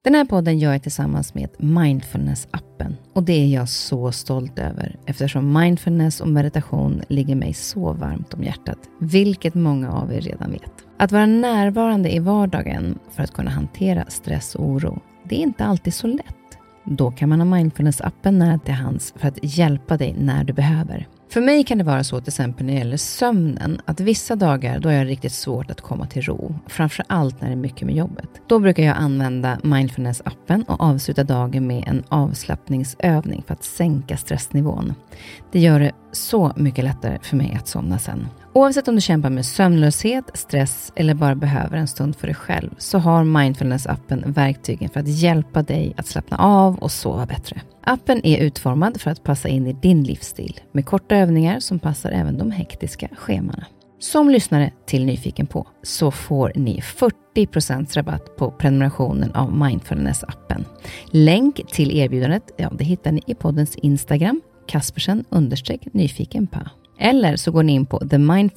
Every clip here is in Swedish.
Den här podden gör jag tillsammans med Mindfulness-appen. Och det är jag så stolt över eftersom mindfulness och meditation ligger mig så varmt om hjärtat. Vilket många av er redan vet. Att vara närvarande i vardagen för att kunna hantera stress och oro, det är inte alltid så lätt. Då kan man ha Mindfulness-appen nära till hands för att hjälpa dig när du behöver. För mig kan det vara så till exempel när det gäller sömnen att vissa dagar då är jag riktigt svårt att komma till ro. Framförallt när det är mycket med jobbet. Då brukar jag använda Mindfulness-appen och avsluta dagen med en avslappningsövning för att sänka stressnivån. Det gör det så mycket lättare för mig att somna sen. Oavsett om du kämpar med sömnlöshet, stress eller bara behöver en stund för dig själv så har Mindfulness-appen verktygen för att hjälpa dig att slappna av och sova bättre. Appen är utformad för att passa in i din livsstil med korta övningar som passar även de hektiska schemana. Som lyssnare till Nyfiken på så får ni 40% rabatt på prenumerationen av Mindfulness-appen. Länk till erbjudandet, det hittar ni i poddens Instagram, Kaspersen_nyfikenpa. Eller så går ni in på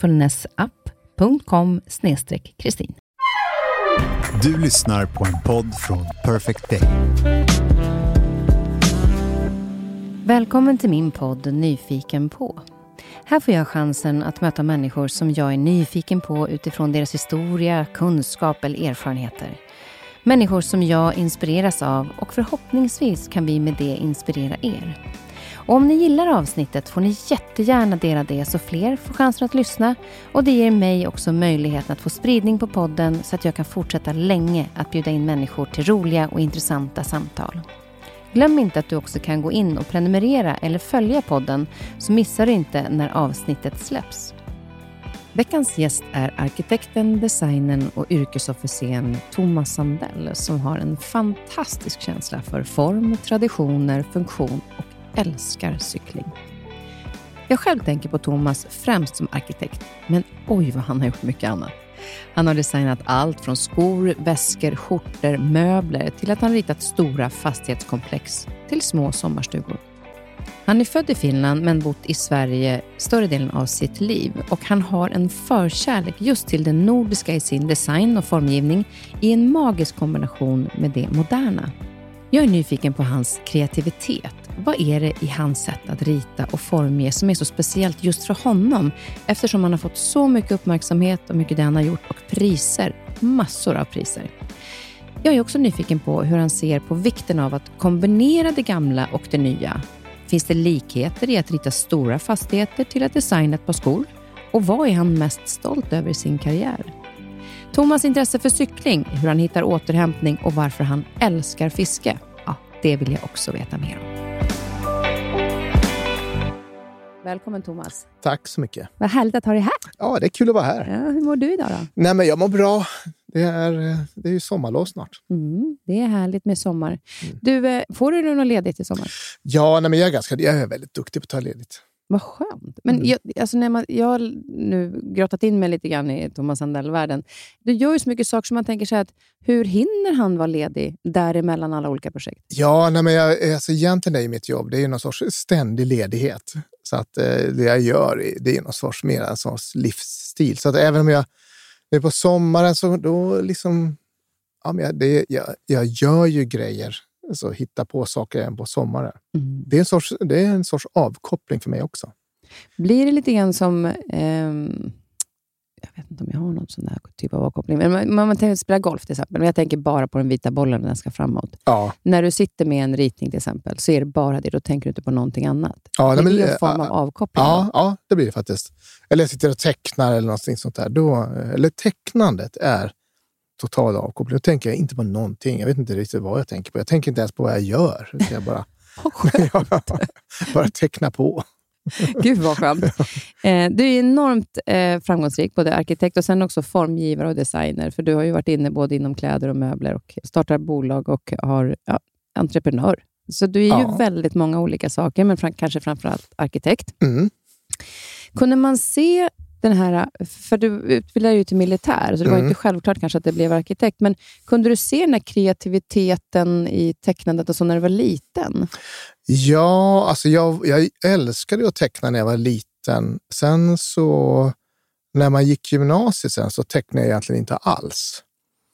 themindfulnessapp.com/Kristin. Du lyssnar på en podd från Perfect Day. Välkommen till min podd Nyfiken på. Här får jag chansen att möta människor som jag är nyfiken på utifrån deras historia, kunskap eller erfarenheter. Människor som jag inspireras av och förhoppningsvis kan vi med det inspirera er. Och om ni gillar avsnittet får ni jättegärna dela det så fler får chansen att lyssna. Och det ger mig också möjligheten att få spridning på podden så att jag kan fortsätta länge att bjuda in människor till roliga och intressanta samtal. Glöm inte att du också kan gå in och prenumerera eller följa podden så missar du inte när avsnittet släpps. Veckans gäst är arkitekten, designern och yrkesofficeren Thomas Sandell som har en fantastisk känsla för form, traditioner, funktion och älskar cykling. Jag själv tänker på Thomas främst som arkitekt, men oj vad han har gjort mycket annat. Han har designat allt från skor, väskor, skjortor, möbler till att han ritat stora fastighetskomplex till små sommarstugor. Han är född i Finland men bott i Sverige större delen av sitt liv och han har en förkärlek just till det nordiska i sin design och formgivning i en magisk kombination med det moderna. Jag är nyfiken på hans kreativitet. Vad är det i hans sätt att rita och formge som är så speciellt just för honom? Eftersom han har fått så mycket uppmärksamhet och mycket det han har gjort och priser, massor av priser. Jag är också nyfiken på hur han ser på vikten av att kombinera det gamla och det nya. Finns det likheter i att rita stora fastigheter till att designa ett par skor? Och vad är han mest stolt över i sin karriär? Thomas intresse för cykling, hur han hittar återhämtning och varför han älskar fiske. Ja, det vill jag också veta mer om. Välkommen Thomas. Tack så mycket. Vad härligt att ha dig här. Ja, det är kul att vara här. Ja, hur mår du idag då? Nej, men jag mår bra. Det är ju sommarlov snart. Det är härligt med sommar. Du, får du någon ledigt i sommar? Ja, nej, men jag är väldigt duktig på att ta ledigt. Vad skönt. Men jag har nu grottat in mig lite grann i Thomas Sandell-världen. Du gör ju så mycket saker som man tänker så här att hur hinner han vara ledig däremellan alla olika projekt? Ja, nej, men egentligen är ju mitt jobb, det är ju någon sorts ständig ledighet. Så att det jag gör, det är någon sorts mer en sorts livsstil. Så att även om jag är på sommaren så då liksom, ja, men jag gör ju grejer. Så hitta på saker även på sommaren. Det är en sorts avkoppling för mig också. Blir det lite grann som jag vet inte om jag har någon sån där typ av avkoppling. Men man tänker spela golf till exempel. Men jag tänker bara på den vita bollen när den ska framåt. Ja. När du sitter med en ritning till exempel så är det bara det. Då tänker du inte på någonting annat. Ja, det blir en form av avkoppling. Ja, det blir det faktiskt. Eller jag sitter och tecknar eller någonting sånt där. Eller tecknandet är total avkoppling. Då tänker jag inte på någonting. Jag vet inte riktigt vad jag tänker på. Jag tänker inte ens på vad jag gör. Jag bara teckna på. Gud vad skönt. Du är enormt framgångsrik, både arkitekt och sen också formgivare och designer. För du har ju varit inne både inom kläder och möbler och startar bolag och har entreprenör. Så du är ju väldigt många olika saker, men kanske framförallt arkitekt. Kunde man se den här, för du utbildade ju till militär, så det var inte självklart kanske att det blev arkitekt, men kunde du se den här kreativiteten i tecknandet och så när du var liten? Ja, alltså jag älskade att teckna när jag var liten. Sen så, när man gick gymnasiet sen så tecknade jag egentligen inte alls.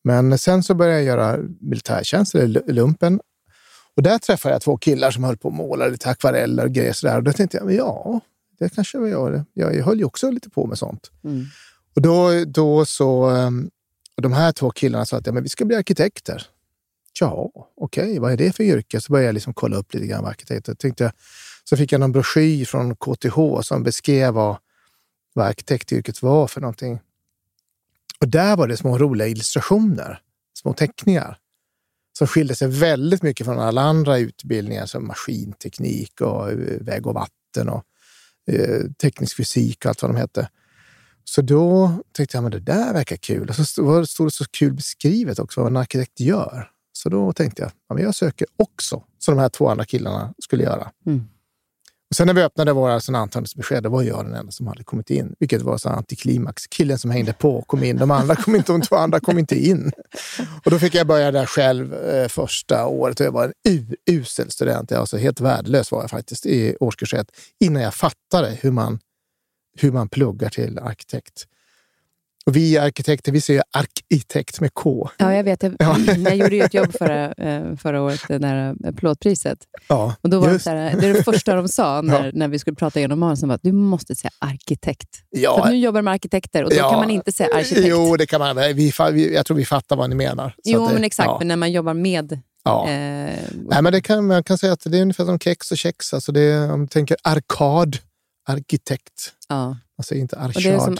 Men sen så började jag göra militärtjänst, eller lumpen. Och där träffade jag 2 killar som höll på att måla lite akvareller och grejer sådär. Och då tänkte jag, ja, det kanske jag gör. Jag höll ju också lite på med sånt. Och då så... Och de här 2 killarna sa att men vi ska bli arkitekter. Ja, okej, vad är det för yrke? Så började jag liksom kolla upp lite grann vad arkitekter. Så fick jag någon broschyr från KTH som beskrev vad arkitektyrket var för någonting. Och där var det små roliga illustrationer, små teckningar som skilde sig väldigt mycket från alla andra utbildningar som maskinteknik och väg och vatten och teknisk fysik och allt vad de hette. Så då tänkte jag, men det där verkar kul. Och så stod det så kul beskrivet också vad en arkitekt gör. Så då tänkte jag, ja, men jag söker också som de här 2 andra killarna skulle göra. Och sen när vi öppnade våra antagningsbesked, då var jag den enda som hade kommit in. Vilket var så antiklimax. Killen som hängde på kom in. De 2 andra kom inte in. Och då fick jag börja där själv första året. Och jag var en usel student. Alltså helt värdelös var jag faktiskt i årskurs 1. Innan jag fattade hur man pluggar till arkitekt. Och vi arkitekter, vi säger arkitekt med K. Ja, jag vet. Jag gjorde ju ett jobb förra året, det där plåtpriset. Ja, och då var det är det första de sa när vi skulle prata igenom manus, som var att du måste säga arkitekt. Ja. För att nu jobbar de med arkitekter och då kan man inte säga arkitekt. Jo, det kan man. Jag tror vi fattar vad ni menar. Så men exakt. Ja. Men när man jobbar med... Ja. Nej, men man kan säga att det är ungefär som kex och kex. Alltså det är, om du tänker arkad, arkitekt. Ja. Alltså inte arkad. Och det är som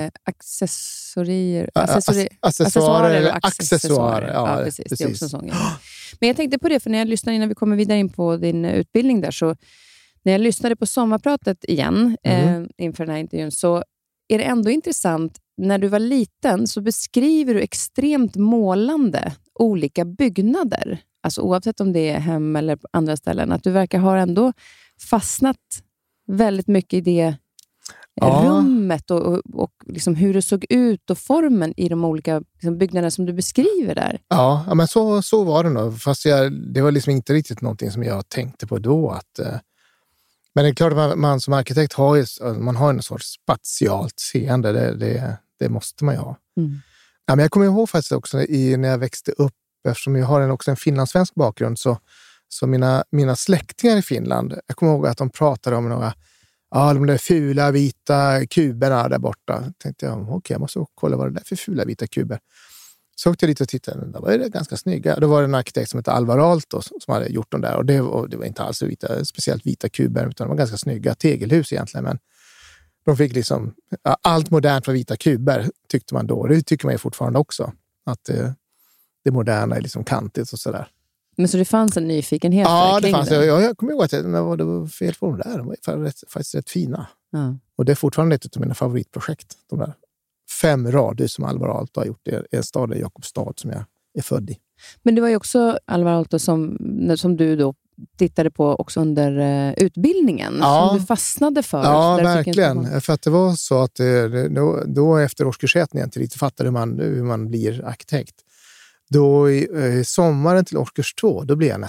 accessorer eller accessoarer. Ja, precis. Det är också en sån grej. Men jag tänkte på det, för när jag lyssnade innan vi kommer vidare in på din utbildning där, så när jag lyssnade på sommarpratet igen inför den här intervjun, så är det ändå intressant. När du var liten så beskriver du extremt målande olika byggnader. Alltså oavsett om det är hem eller på andra ställen. Att du verkar ha ändå fastnat väldigt mycket i det rummet och liksom hur det såg ut och formen i de olika liksom byggnaderna som du beskriver där. Ja, men så var det nog. Fast det var liksom inte riktigt någonting som jag tänkte på då. Men det är klart att man som arkitekt har en sorts spatialt seende. Det måste man ju ha. Ja, men jag kommer ihåg faktiskt också när jag växte upp, eftersom jag har också en finlandssvensk bakgrund, så mina släktingar i Finland, jag kommer ihåg att de pratade om de där fula vita kuberna där borta. Tänkte jag, jag måste kolla vad det där för fula vita kuber. Så åkte jag dit och tittade, där var det ganska snygga. Då var det en arkitekt som hette Alvar Aalto som hade gjort dem där. Och det var inte alls speciellt vita kuber, utan de var ganska snygga tegelhus egentligen. Men de fick liksom, allt modernt var vita kuber, tyckte man då. Det tycker man ju fortfarande också. Att det moderna är liksom kantigt och sådär. Men så det fanns en nyfikenhet där kring det? Ja, det fanns. Jag kommer ihåg att det var fel på dem där. De var faktiskt rätt fina. Ja. Och det är fortfarande ett av mina favoritprojekt. De där 5 radhus som Alvar Aalto har gjort i en stad i Jakobstad som jag är född i. Men det var ju också Alvar Aalto som du då tittade på också under utbildningen. Som du fastnade för. Ja, verkligen. För att det var så att då efter årskurs 1 när jag inte riktigt fattade hur man blir arkitekt. Då i sommaren till årskurs 2,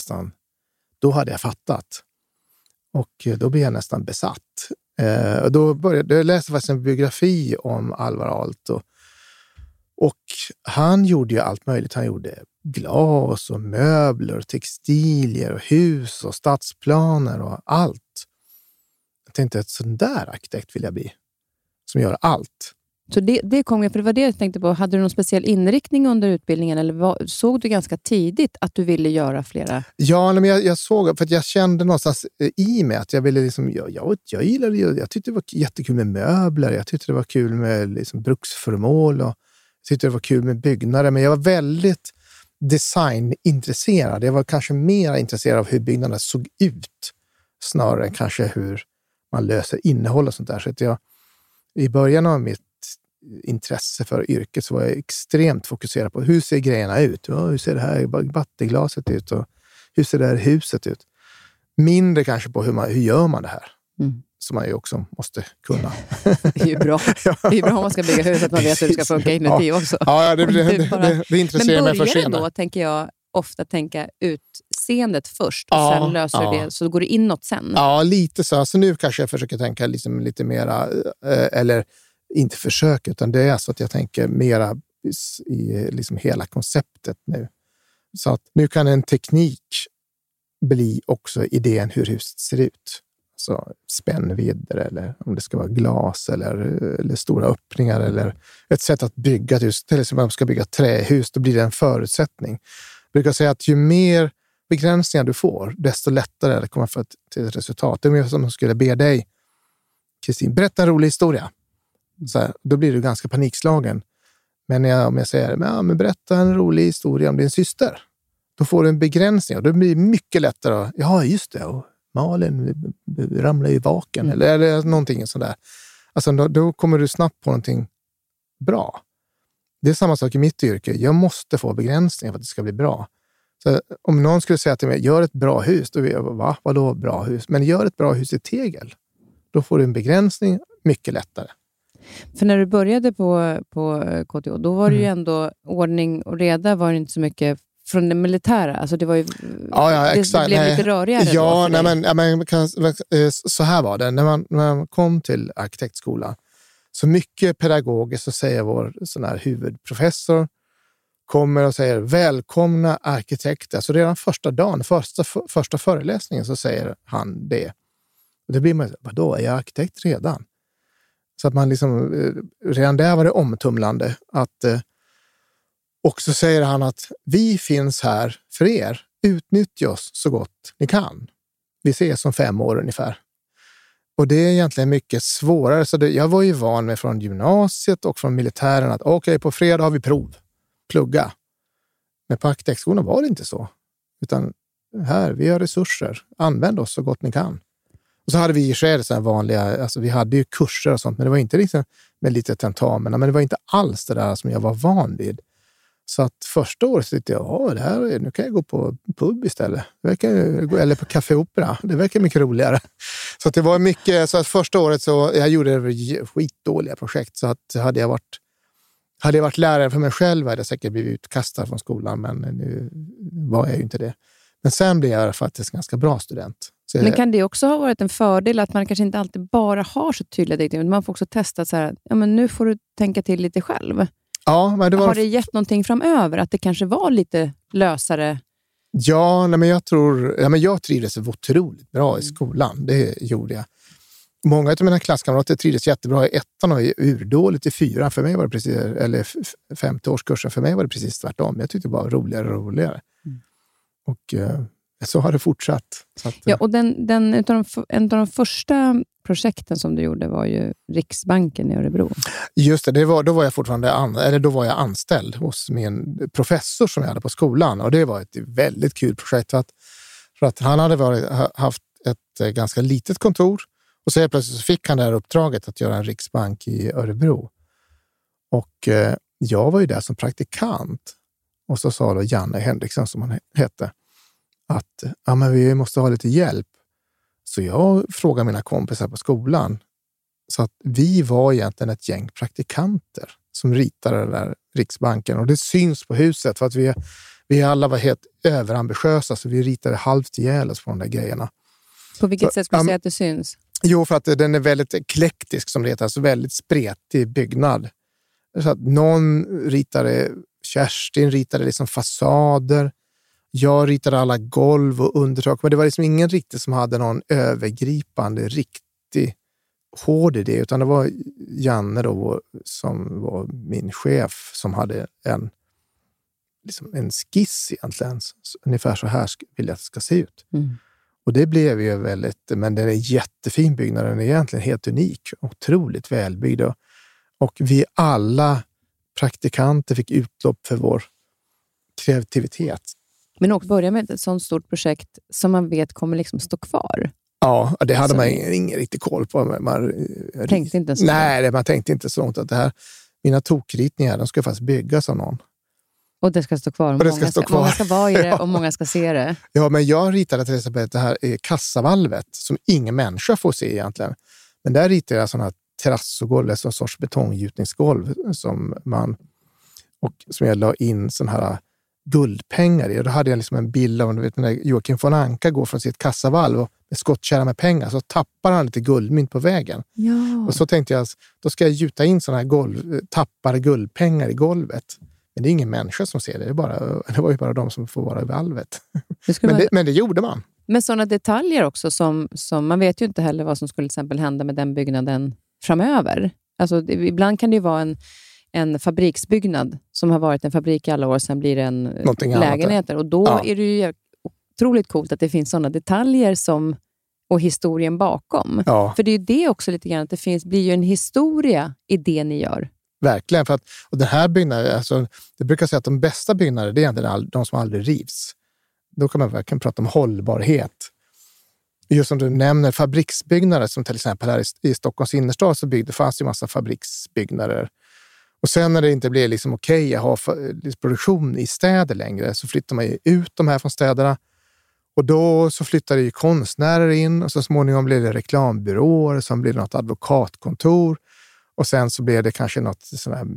då hade jag fattat. Och då blev jag nästan besatt. Jag läste faktiskt en biografi om Alvar Aalto. Och han gjorde ju allt möjligt. Han gjorde glas och möbler och textilier och hus och stadsplaner och allt. Jag tänkte att sån där arkitekt vill jag bli. Som gör allt. Så det kom jag, för det var det jag tänkte på. Hade du någon speciell inriktning under utbildningen eller såg du ganska tidigt att du ville göra flera? Ja, men jag såg, för att jag kände någonstans i mig att jag ville liksom, jag gillade, jag tyckte det var jättekul med möbler, jag tyckte det var kul med liksom bruksföremål och jag tyckte det var kul med byggnader, men jag var väldigt designintresserad. Jag var kanske mer intresserad av hur byggnaderna såg ut snarare än kanske hur man löser innehåll och sånt där. Så att i början av mitt intresse för yrket så var jag extremt fokuserad på hur ser grejerna ut? Ja, hur ser det här vatteglaset ut? Och hur ser det här huset ut? Mindre kanske på hur gör man det här? Som man ju också måste kunna. Det är ju bra. Det är ju bra om man ska bygga hus att man vet hur det ska funka inuti också. Ja, det intresserar mig för senare. Men börjar då, tänker jag, ofta tänka utseendet först och sen löser du det, så går det inåt sen? Ja, lite så. Alltså nu kanske jag försöker tänka liksom lite mera, eller inte försök, utan det är så att jag tänker mera i liksom hela konceptet nu. Så att nu kan en teknik bli också idén hur huset ser ut. Så spännvidder eller om det ska vara glas eller stora öppningar eller ett sätt att bygga ett hus. Till exempel om man ska bygga trähus, då blir det en förutsättning. Jag brukar säga att ju mer begränsningar du får, desto lättare är det att komma till ett resultat. Det är mer som om jag skulle be dig, Kristin, berätta en rolig historia. Så här, då blir du ganska panikslagen. Men om jag säger, men berätta en rolig historia om din syster. Då får du en begränsning och det blir mycket lättare. Ja, just det. Och Malin ramlar i vaken eller någonting sådär. Alltså då kommer du snabbt på någonting bra. Det är samma sak i mitt yrke. Jag måste få begränsningar för att det ska bli bra. Så om någon skulle säga till mig, gör ett bra hus, då vill jag, vadå bra hus? Men gör ett bra hus i tegel. Då får du en begränsning mycket lättare. För när du började på KTH, då var det ju ändå ordning och reda, var det inte så mycket från det militära. Alltså det var ju exakt. Det blev lite rörigare. Ja, så här var det. När man kom till arkitektskolan, så mycket pedagogiskt så säger vår sån här huvudprofessor kommer och säger välkomna arkitekter. Så redan första dagen, första föreläsningen så säger han det. Och det blir man, vadå, är jag arkitekt redan? Så att man liksom, redan där var det omtumlande att och så säger han att vi finns här för er. Utnyttja oss så gott ni kan. Vi ses om 5 år ungefär. Och det är egentligen mycket svårare. Så jag var ju van med från gymnasiet och från militären att okej, på fredag har vi prov. Plugga. Men på arkitektskolan var det inte så. Utan här, vi har resurser. Använd oss så gott ni kan. Och så hade vi i själv så här vanliga, alltså vi hade ju kurser och sånt, men det var inte liksom med lite tentamina, men det var inte alls det där som jag var van vid. Så att första året tyckte jag, nu kan jag gå på pub istället. Eller på Café Opera. Det verkar mycket roligare. Så att det var mycket, så att första året så, jag gjorde skitdåliga projekt. Så att hade jag varit lärare för mig själv hade jag säkert blivit utkastad från skolan, men nu var jag ju inte det. Men sen blev jag faktiskt ganska bra student. Men kan det också ha varit en fördel att man kanske inte alltid bara har så tydliga direktiv? Man får också testa så här, ja men nu får du tänka till lite själv. Ja, men har det gett någonting framöver? Att det kanske var lite lösare? Ja, men jag trivdes otroligt bra i skolan. Det gjorde jag. Många av mina klasskamrater trivdes jättebra i 1:an och urdåligt i 4:an. För mig var det precis, eller 5:e årskursen, för mig var det precis tvärtom. Jag tyckte det var roligare och roligare. Och så har det fortsatt. Så att, ja, och en av de första projekten som du gjorde var ju Riksbanken i Örebro. Just det, då var jag anställd hos min professor som jag hade på skolan. Och det var ett väldigt kul projekt för att han hade haft ett ganska litet kontor. Och så plötsligt så fick han det här uppdraget att göra en riksbank i Örebro. Och jag var ju där som praktikant. Och så sa då Janne Henriksson, som han hette, att men vi måste ha lite hjälp. Så jag frågade mina kompisar på skolan. Så att vi var egentligen ett gäng praktikanter som ritade den där riksbanken. Och det syns på huset för att vi alla var helt överambitiösa, så vi ritade halvt ihjäl oss på de där grejerna. På vilket sätt skulle du säga att det syns? Jo, för att den är väldigt eklektisk, som det heter, alltså väldigt spretig byggnad. Så att Kerstin ritade liksom fasader. Jag ritade alla golv och undertak, men det var liksom ingen riktigt som hade någon övergripande, riktig hård idé, utan det var Janne då, som var min chef, som hade en skiss egentligen. Ungefär så här vill jag att det ska se ut. Och det blev ju väldigt, men det är en jättefin byggnad, den är egentligen helt unik, otroligt välbyggd. Och vi alla praktikanter fick utlopp för vår kreativitet. Men också börja med ett sånt stort projekt som man vet kommer liksom stå kvar. Ja, det hade man ingen riktig koll på. Man tänkte inte så. Nej, man tänkte inte så långt att det här, mina tokritningar, de ska faktiskt byggas av någon. Och det ska stå kvar. Många ska vara i det och många ska se det. Ja, men jag ritade till exempel det här kassavalvet som ingen människa får se egentligen. Men där ritade jag sådana här terrassogolv, en sorts betonggjutningsgolv som jag la in sån här guldpengar i. Och då hade jag liksom en bild av när Joakim von Anka går från sitt kassavalv med skottkärra med pengar, så tappar han lite guldmynt på vägen. Ja. Och så tänkte jag, då ska jag gjuta in sådana här tappade guldpengar i golvet. Men det är ingen människa som ser det. Det var ju bara de som får vara i valvet. Men det gjorde man. Men sådana detaljer också som man vet ju inte heller vad som skulle till exempel hända med den byggnaden framöver. Alltså, ibland kan det ju vara en fabriksbyggnad som har varit en fabrik i alla år, sen blir det en lägenheter. Och då är det ju otroligt coolt att det finns sådana detaljer och historien bakom. Ja. För det är ju det också lite grann, att det blir ju en historia i det ni gör. Verkligen, och den här byggnaden, alltså, det brukar säga att de bästa byggnader, det är egentligen de som aldrig rivs. Då kan man verkligen prata om hållbarhet. Just som du nämner, fabriksbyggnader, som till exempel här i Stockholms innerstad så fanns det en massa fabriksbyggnader. Och sen när det inte blev liksom okej att ha produktion i städer längre, så flyttar man ju ut de här från städerna. Och då så flyttade ju konstnärer in, och så småningom blev det reklambyråer, sen blev det något advokatkontor, och sen så blev det kanske något sån här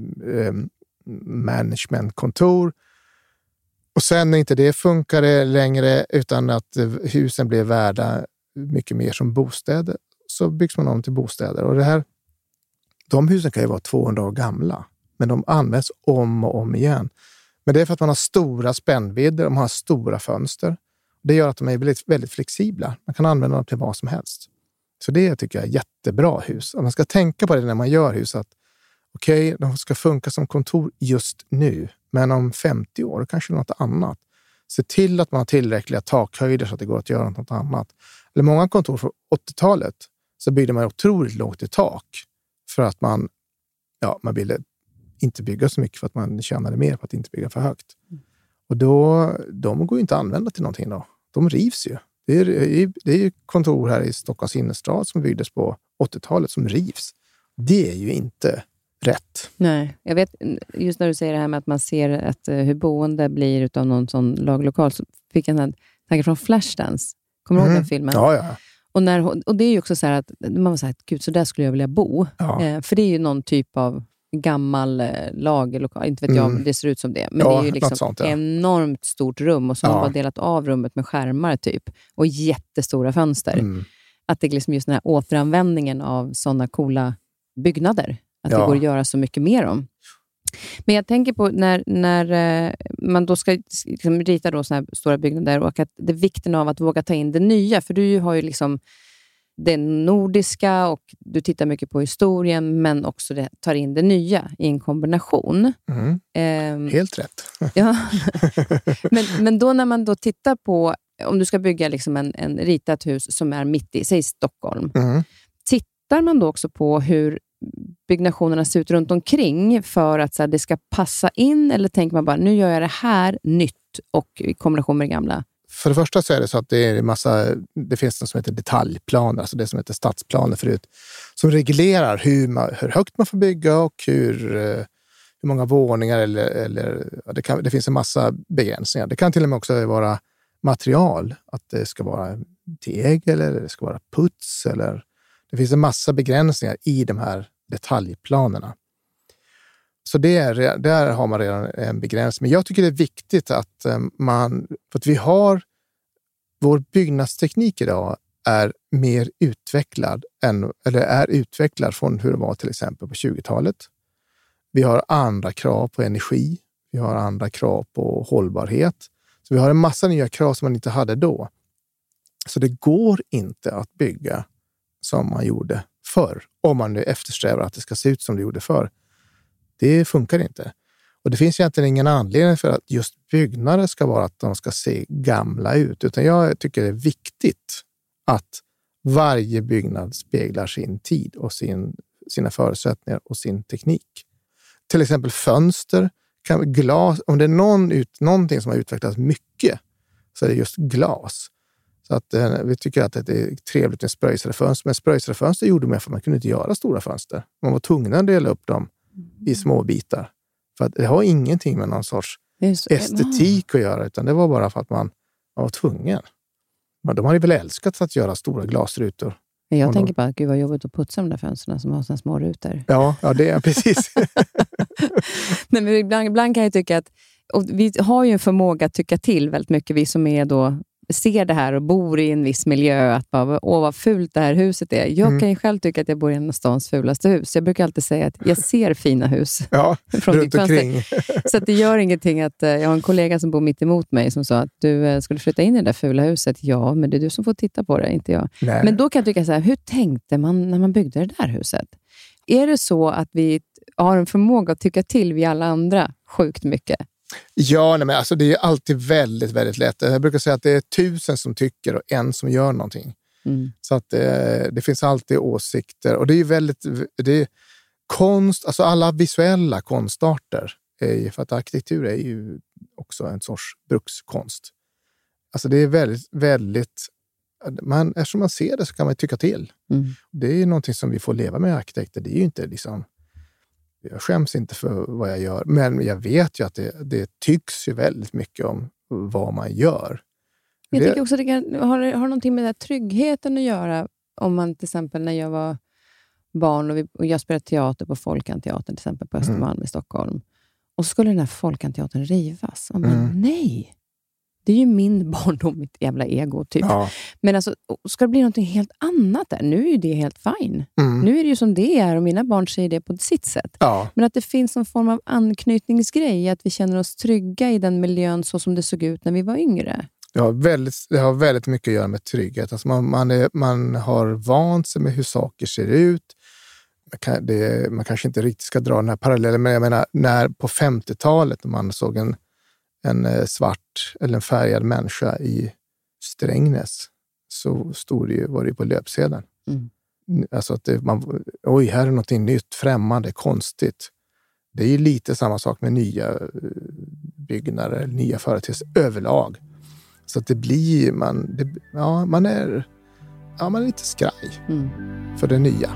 managementkontor. Och sen när inte det funkade längre, utan att husen blev värda mycket mer som bostäder, så byggs man om till bostäder. Och de husen kan ju vara 200 år gamla, men de används om och om igen. Men det är för att man har stora spännvidder, de har stora fönster. Det gör att de är väldigt, väldigt flexibla. Man kan använda dem till vad som helst. Så det tycker jag är jättebra hus. Och man ska tänka på det när man gör hus, att okej, de ska funka som kontor just nu, men om 50 år kanske något annat. Se till att man har tillräckliga takhöjder så att det går att göra något annat. Eller många kontor från 80-talet så byggde man otroligt lågt i tak, för att man ville inte bygga så mycket, för att man tjänade mer på att inte bygga för högt. Och de går ju inte att använda till någonting då. De rivs ju. Det är ju kontor här i Stockholms innerstad som byggdes på 80-talet som rivs. Det är ju inte rätt. Nej, jag vet, just när du säger det här med att man ser att hur boende blir utav någon sån laglokal, så fick jag en tanke från Flashdance. Kommer du ihåg den filmen? Ja. Och det är ju också så här att man var så här, gud, så där skulle jag vilja bo. Ja. För det är ju någon typ av gammal lagerlokal, inte vet jag om det ser ut som det, men det är ju liksom sånt, enormt stort rum, och så har man bara delat av rummet med skärmar typ, och jättestora fönster. Att det är liksom just den här återanvändningen av sådana coola byggnader, att det går att göra så mycket mer om. Men jag tänker på när man då ska liksom rita då såna här stora byggnader, och att det är vikten av att våga ta in det nya, för du har ju liksom det nordiska, och du tittar mycket på historien, men också tar in det nya i en kombination. Helt rätt. Ja. men då när man då tittar på, om du ska bygga liksom en ritat hus som är mitt i, säg Stockholm, tittar man då också på hur byggnationerna ser ut runt omkring för att så här, det ska passa in, eller tänker man bara, nu gör jag det här nytt och i kombination med det gamla? För det första så är det så att det finns något som heter detaljplaner, alltså det som heter stadsplaner förut, som reglerar hur högt man får bygga och hur många våningar eller det finns en massa begränsningar. Det kan till och med också vara material, att det ska vara teg eller det ska vara puts, eller det finns en massa begränsningar i de här detaljplanerna. Så där har man redan en begränsning. Men jag tycker det är viktigt att för att vår byggnadsteknik idag är mer utvecklad är utvecklad från hur det var till exempel på 20-talet. Vi har andra krav på energi. Vi har andra krav på hållbarhet. Så vi har en massa nya krav som man inte hade då. Så det går inte att bygga som man gjorde förr, om man nu eftersträvar att det ska se ut som det gjorde förr. Det funkar inte. Och det finns egentligen ingen anledning för att just byggnader ska vara att de ska se gamla ut. Utan jag tycker det är viktigt att varje byggnad speglar sin tid och sina förutsättningar och sin teknik. Till exempel fönster, glas. Om det är någonting som har utvecklats mycket, så är det just glas. Så att vi tycker att det är trevligt med spröjsade fönster. Men spröjsade fönster gjorde man för att man kunde inte göra stora fönster. Man var tvungen att dela upp dem i små bitar. För att det har ingenting med någon sorts estetik att göra, utan det var bara för att man var tvungen. Men de hade väl älskat att göra stora glasrutor. Jag tänker bara, gud vad jobbigt att putsa de där fönsterna som har sådana små rutor. Ja, det är precis. Nej, men ibland kan jag tycka att, och vi har ju en förmåga att tycka till väldigt mycket, vi som är då ser det här och bor i en viss miljö, att bara, vad fult det här huset är. Jag kan ju själv tycka att jag bor i en av stans fulaste hus. Jag brukar alltid säga att jag ser fina hus från runt omkring. Så att det gör ingenting att jag har en kollega som bor mitt emot mig som sa att du skulle flytta in i det där fula huset. Ja, men det är du som får titta på det, inte jag. Nej. Men då kan jag tycka så här, hur tänkte man när man byggde det där huset? Är det så att vi har en förmåga att tycka till vi alla andra sjukt mycket? Ja, men alltså det är alltid väldigt, väldigt lätt. Jag brukar säga att det är 1000 som tycker och 1 som gör någonting. Så att det finns alltid åsikter. Och det är ju det är konst, alltså alla visuella konstarter. För att arkitektur är ju också en sorts brukskonst. Alltså det är väldigt, väldigt... eftersom man ser det så kan man tycka till. Det är ju någonting som vi får leva med arkitekter. Det är ju inte liksom... Jag skäms inte för vad jag gör. Men jag vet ju att det tycks ju väldigt mycket om vad man gör. Jag tycker också att det har någonting med den här tryggheten att göra. Om man till exempel när jag var barn och jag spelade teater på Folkanteatern till exempel på Östermalm i Stockholm. Och så skulle den här Folkanteatern rivas. Och men nej! Det är ju min barndom, mitt jävla ego typ. Ja. Men alltså, ska det bli något helt annat där? Nu är ju det helt fine. Nu är det ju som det är och mina barn säger det på sitt sätt. Ja. Men att det finns en form av anknytningsgrej, att vi känner oss trygga i den miljön så som det såg ut när vi var yngre. Det har väldigt mycket att göra med trygghet. Alltså man har vant sig med hur saker ser ut. Man kanske inte riktigt ska dra den här parallellen, men jag menar, när på 50-talet när man såg en svart eller en färgad människa i Strängnäs, så var det på löpsedeln. Alltså att här är någonting nytt, främmande, konstigt. Det är ju lite samma sak med nya byggnader, nya företeelser överlag. Så att det blir man är lite skraj för det nya.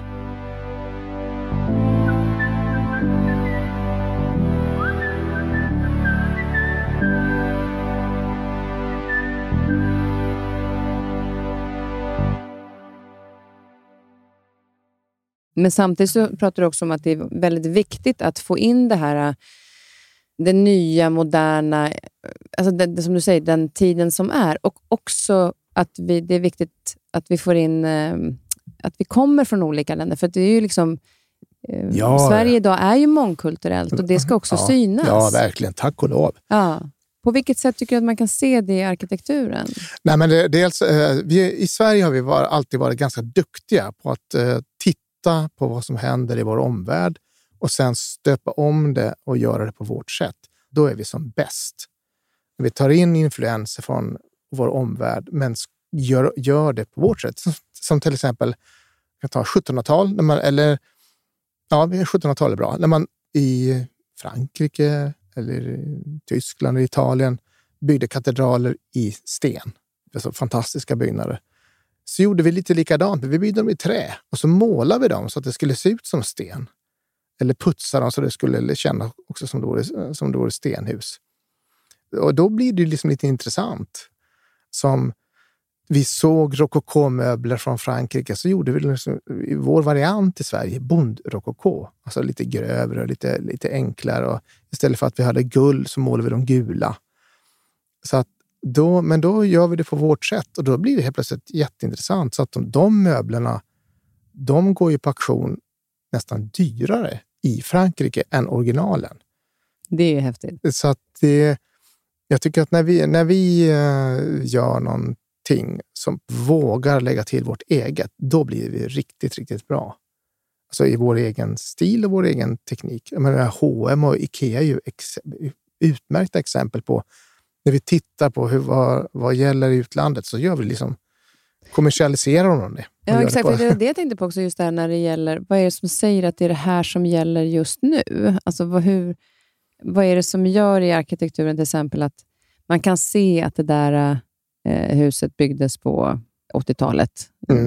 Men samtidigt så pratar du också om att det är väldigt viktigt att få in det här, det nya, moderna, alltså det som du säger, den tiden som är. Och också att det är viktigt att vi får in, att vi kommer från olika länder. För att det är ju liksom, Sverige idag är ju mångkulturellt och det ska också synas. Ja, verkligen. Tack och lov. Ja. På vilket sätt tycker du att man kan se det i arkitekturen? Nej, men dels, i Sverige har vi alltid varit ganska duktiga på att titta på vad som händer i vår omvärld och sen stöpa om det och göra det på vårt sätt. Då är vi som bäst. Vi tar in influenser från vår omvärld men gör det på vårt sätt. Som till exempel, jag kan ta 1700-tal, 1700-tal är bra. När man i Frankrike eller i Tyskland eller Italien byggde katedraler i sten. Alltså fantastiska byggnader. Så gjorde vi lite likadant. Vi byggde dem i trä och så målade vi dem så att det skulle se ut som sten. Eller putsa dem så det skulle kännas också som det vore stenhus. Och då blir det liksom lite intressant. Som vi såg rokoko-möbler från Frankrike, så gjorde vi liksom, i vår variant i Sverige bondrokoko. Alltså lite grövre och lite enklare. Och istället för att vi hade guld så målade vi dem gula. Så att då gör vi det på vårt sätt och då blir det helt plötsligt jätteintressant. Så att de möblerna, de går ju på auktion nästan dyrare i Frankrike än originalen. Det är ju häftigt. Så att jag tycker att när vi gör någonting som vågar lägga till vårt eget, då blir vi riktigt, riktigt bra. Alltså i vår egen stil och vår egen teknik. Jag menar, H&M och Ikea är ju utmärkta exempel på. När vi tittar på vad gäller i utlandet så gör vi liksom kommersialiserar de det. Ja, exakt. Det är det jag tänkte på också just där när det gäller, vad är det som säger att det är det här som gäller just nu? Alltså vad är det som gör i arkitekturen till exempel att man kan se att det där huset byggdes på 80-talet.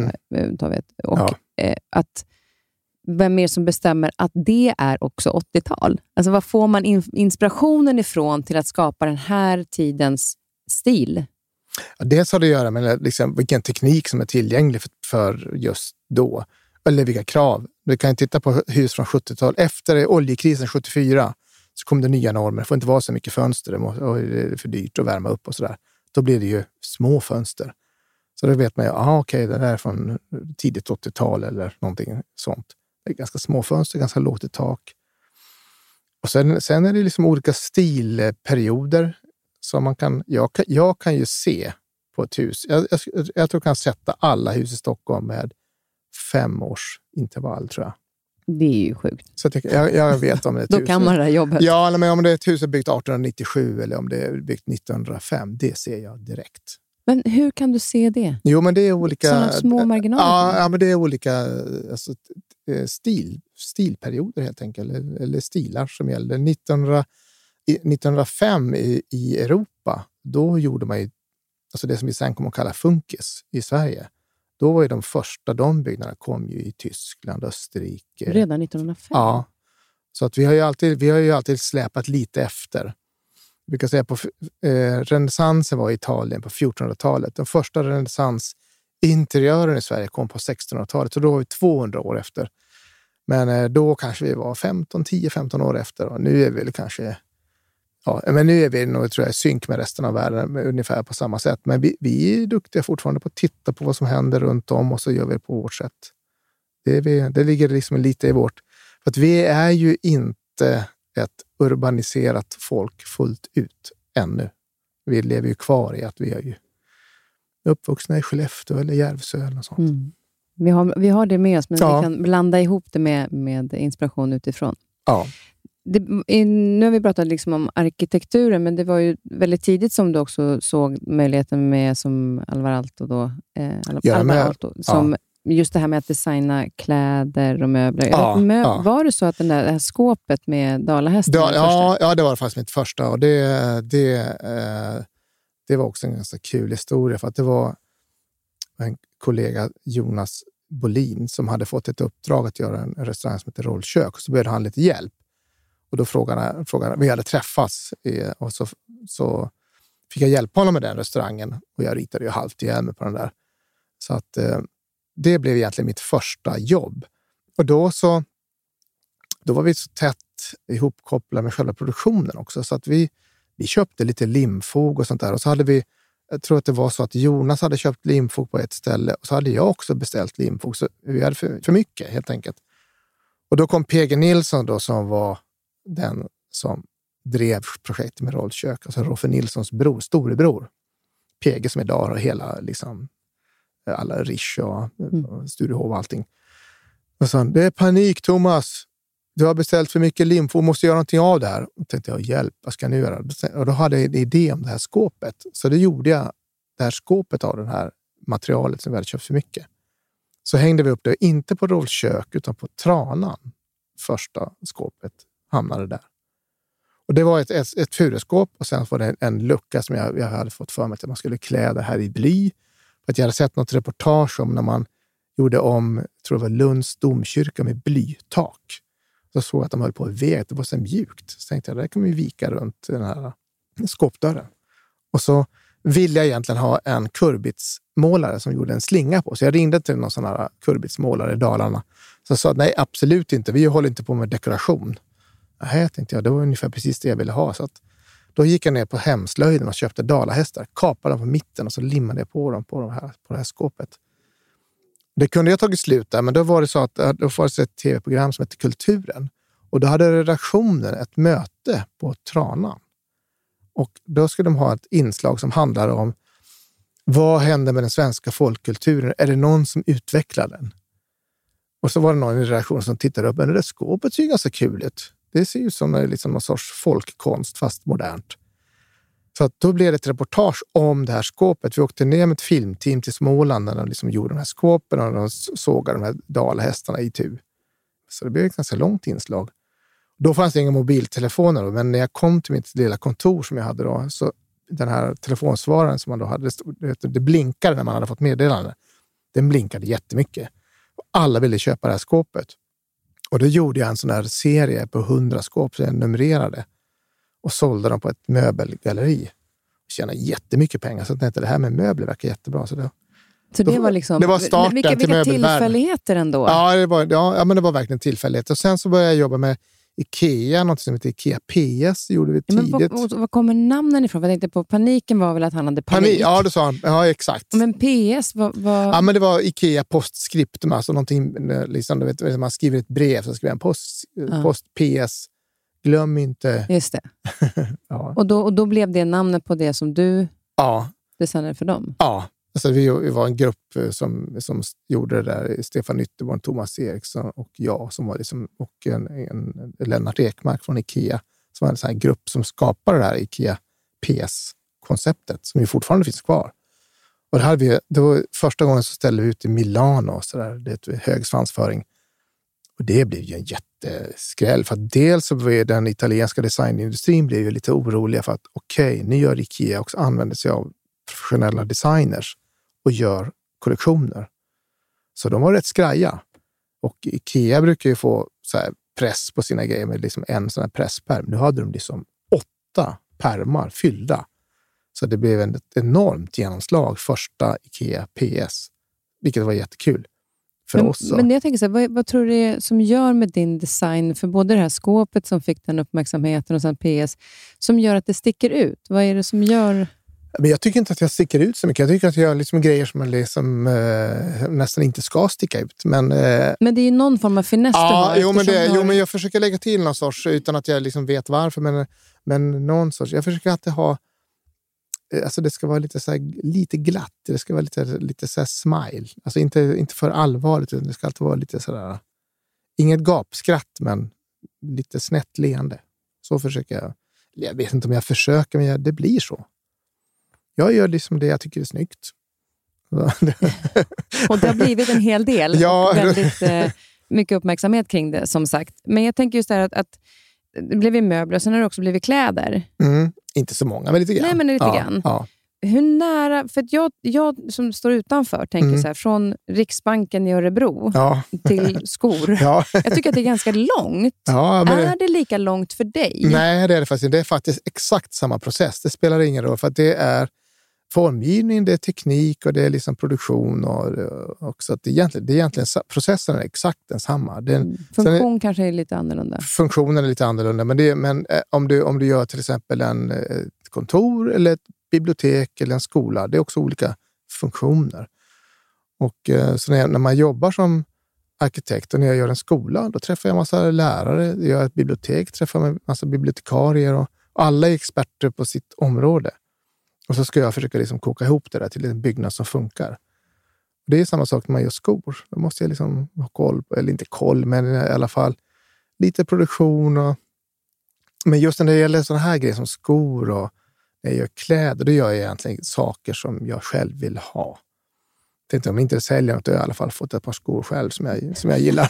Och att vem är som bestämmer att det är också 80-tal? Alltså vad får man inspirationen ifrån till att skapa den här tidens stil? Ja, dels har det att göra med liksom, vilken teknik som är tillgänglig för just då. Eller vilka krav. Du kan titta på hus från 70-tal. Efter oljekrisen 74 så kom det nya normer. Det får inte vara så mycket fönster och det är för dyrt att värma upp och sådär. då blir det ju små fönster. Så då vet man ju, okej, det där är från tidigt 80-tal eller någonting sånt. Det är ganska små fönster, ganska lågt i tak. Och sen är det liksom olika stilperioder som man kan, jag kan ju se på ett hus. Jag tror jag kan sätta alla hus i Stockholm med 5 års intervall, tror jag. Det är ju sjukt. Så jag vet om det är ett Då hus. kan man det här jobbet. Ja, men om det är ett hus som är byggt 1897 eller om det är byggt 1905, det ser jag direkt. Men hur kan du se det? Jo, men det är olika... Sådana små marginaler? Ja, men det är olika alltså, stilperioder helt enkelt. Eller stilar som gäller. 1905 i Europa, då gjorde man ju alltså det som vi sen kommer att kalla funkis i Sverige. Då var ju de första byggnaderna kom ju i Tyskland, Österrike. Redan 1905? Ja. Så att vi har ju alltid släpat lite efter. Vi kan säga på renässansen var i Italien på 1400-talet. Den första renässansinteriören i Sverige kom på 1600-talet. Så då var vi 200 år efter. Men då kanske vi var 10-15 år efter. Och nu är vi väl kanske... Ja, men nu är vi nog, tror jag, i synk med resten av världen ungefär på samma sätt. Men vi är duktiga fortfarande på att titta på vad som händer runt om och så gör vi det på vårt sätt. Det ligger liksom lite i vårt... För att vi är ju inte ett urbaniserat folk fullt ut ännu. Vi lever ju kvar i att vi är ju uppvuxna i Skellefteå eller Järvsö eller något sånt. Mm. Vi har det med oss, men vi kan blanda ihop det med inspiration utifrån. Ja. Nu har vi pratat liksom om arkitekturen, men det var ju väldigt tidigt som du också såg möjligheten med som Alvar Aalto då. Som just det här med att designa kläder och möbler. Var det så att det här skåpet med dalahästen? Ja, det var faktiskt mitt första. Och det var också en ganska kul historia. För att det var en kollega, Jonas Bolin, som hade fått ett uppdrag att göra en restaurang som heter Rollkök. Och så behövde han lite hjälp. Och då frågade vi hade träffats. Och så fick jag hjälpa honom med den restaurangen. Och jag ritade ju halvt ihjäl mig på den där. Så att... det blev egentligen mitt första jobb. Och då var vi så tätt ihopkopplade med själva produktionen också. Så att vi köpte lite limfog och sånt där. Och så hade vi, jag tror att det var så att Jonas hade köpt limfog på ett ställe. Och så hade jag också beställt limfog. Så vi hade för mycket helt enkelt. Och då kom PG Nilsson då, som var den som drev projektet med Rollkök. Alltså Roffe Nilssons storebror. PG som idag har hela liksom... alla Rish och Sturehof och allting. Och så, det är panik, Thomas. Du har beställt för mycket limfog, måste göra någonting av det här. Och tänkte jag, hjälp, vad ska jag nu göra? Och då hade jag en idé om det här skåpet. Så då gjorde jag det här skåpet av det här materialet som vi hade köpt för mycket. Så hängde vi upp det, inte på Rollkök utan på tranan. Första skåpet hamnade där. Och det var ett fureskåp och sen var det en lucka som jag hade fått för mig att man skulle klä det här i bly. För att jag hade sett något reportage om när man gjorde om, tror det var Lunds domkyrka med blytak. Så såg jag att de höll på att väga, det var så mjukt. Så tänkte jag, där kan man ju vika runt den här skåpdörren. Och så ville jag egentligen ha en kurbitsmålare som gjorde en slinga på. Så jag ringde till någon sån här kurbitsmålare i Dalarna. Så jag sa, nej absolut inte, vi håller inte på med dekoration. Nej, tänkte jag, det var ungefär precis det jag ville ha. Så att då gick jag ner på Hemslöjden och köpte dalahästar, kapade dem på mitten och så limmade jag på dem på det här skåpet. Det kunde jag tagit slut där, men då var det så att då var det ett tv-program som hette Kulturen. Och då hade redaktionen ett möte på Tranan. Och då skulle de ha ett inslag som handlar om vad händer med den svenska folkkulturen? Är det någon som utvecklar den? Och så var det någon i redaktionen som tittade upp, men det där skåpet ser ju ganska kul ut. Det ser ut som liksom någon sorts folkkonst, fast modernt. Så att då blev det ett reportage om det här skåpet. Vi åkte ner med ett filmteam till Småland när de liksom gjorde de här skåpen och de sågade de här dalahästarna i tu. Så det blev ett ganska långt inslag. Då fanns det inga mobiltelefoner, men när jag kom till mitt lilla kontor som jag hade då, så den här telefonsvararen som man då hade, det blinkade när man hade fått meddelande. Den blinkade jättemycket. Och alla ville köpa det här skåpet. Och då gjorde jag en sån här serie på 100 skåp som jag numrerade och sålde dem på ett möbelgalleri. Jag tjänade jättemycket pengar, så jag tänkte det här med möbler verkar jättebra. Så det var liksom, det var starten vilka till möbelvärlden. Tillfälligheter ändå. Ja, men det var verkligen tillfälligheter. Och sen så började jag jobba med Ikea, något som heter Ikea PS gjorde vi tidigt. Men vad kommer namnen ifrån? Jag tänkte på Paniken var väl att han hade panik. Ja, det sa han. Ja, exakt. Men PS var... Ja, men det var Ikea postscriptum, alltså någonting, liksom, du vet, man skriver ett brev så skriver en post PS. Glöm inte. Just det. Ja. Och då blev det namnet på det som du designade för dem? Ja. Alltså vi var en grupp som gjorde det där. Stefan Ytterborn, Thomas Eriksson och jag som var liksom, och en Lennart Ekmark från Ikea som var en sån här grupp som skapade det här Ikea PS-konceptet som ju fortfarande finns kvar. Och det var första gången så ställde vi ut i Milano så där, det är hög svansföring. Och det blev ju en jätteskräll för att dels så var den italienska designindustrin blev ju lite oroliga för att nu gör Ikea också använder sig av professionella designers och gör kollektioner. Så de var rätt skraja. Och Ikea brukar ju få så här press på sina grejer med liksom en sån här presspärm. Nu hade de liksom 8 pärmar fyllda. Så det blev ett enormt genomslag första Ikea PS. Vilket var jättekul för oss. Men jag tänker så här, vad tror du det är som gör med din design för både det här skåpet som fick den uppmärksamheten och sen PS som gör att det sticker ut? Vad är det som gör... Men jag tycker inte att jag sticker ut så mycket. Jag tycker att jag gör liksom grejer som man liksom, nästan inte ska sticka ut. Men det är ju någon form av finess. Men jag försöker lägga till någon sorts utan att jag liksom vet varför. Men någon sorts. Jag försöker alltid ha... Alltså det ska vara lite, så här, lite glatt. Det ska vara lite så här smile. Alltså inte för allvarligt. Utan det ska alltid vara lite sådär... Inget gapskratt, men lite snett leende. Så försöker jag. Jag vet inte om jag försöker, men det blir så. Jag gör liksom det jag tycker är snyggt. Och det har blivit en hel del. Väldigt mycket uppmärksamhet kring det, som sagt. Men jag tänker just där att det blev möbler och sen har det också blivit kläder. Inte så många, men lite grann. Nej, men lite grann. Ja. Hur nära, för att jag som står utanför tänker så här, från Riksbanken i Örebro till skor. Jag tycker att det är ganska långt. Är det lika långt för dig? Nej, det är det faktiskt. Det är faktiskt exakt samma process. Det spelar ingen roll för att det är formgivning, det är teknik och det är liksom produktion och också att det är egentligen processen är exakt densamma. Funktion kanske är lite annorlunda. Funktionen är lite annorlunda, men om du gör till exempel ett kontor eller ett bibliotek eller en skola, det är också olika funktioner. Och så när man jobbar som arkitekt och när jag gör en skola, då träffar jag en massa lärare, jag gör ett bibliotek, träffar jag en massa bibliotekarier och alla är experter på sitt område. Och så ska jag försöka liksom koka ihop det där till en byggnad som funkar. Det är samma sak när man gör skor. Då måste jag liksom ha koll på, eller inte koll, men i alla fall lite produktion. Men just när det gäller sådana här grejer som skor och när jag gör kläder, då gör jag egentligen saker som jag själv vill ha. Tänkte om jag inte säljer något, då har jag i alla fall fått ett par skor själv som jag gillar.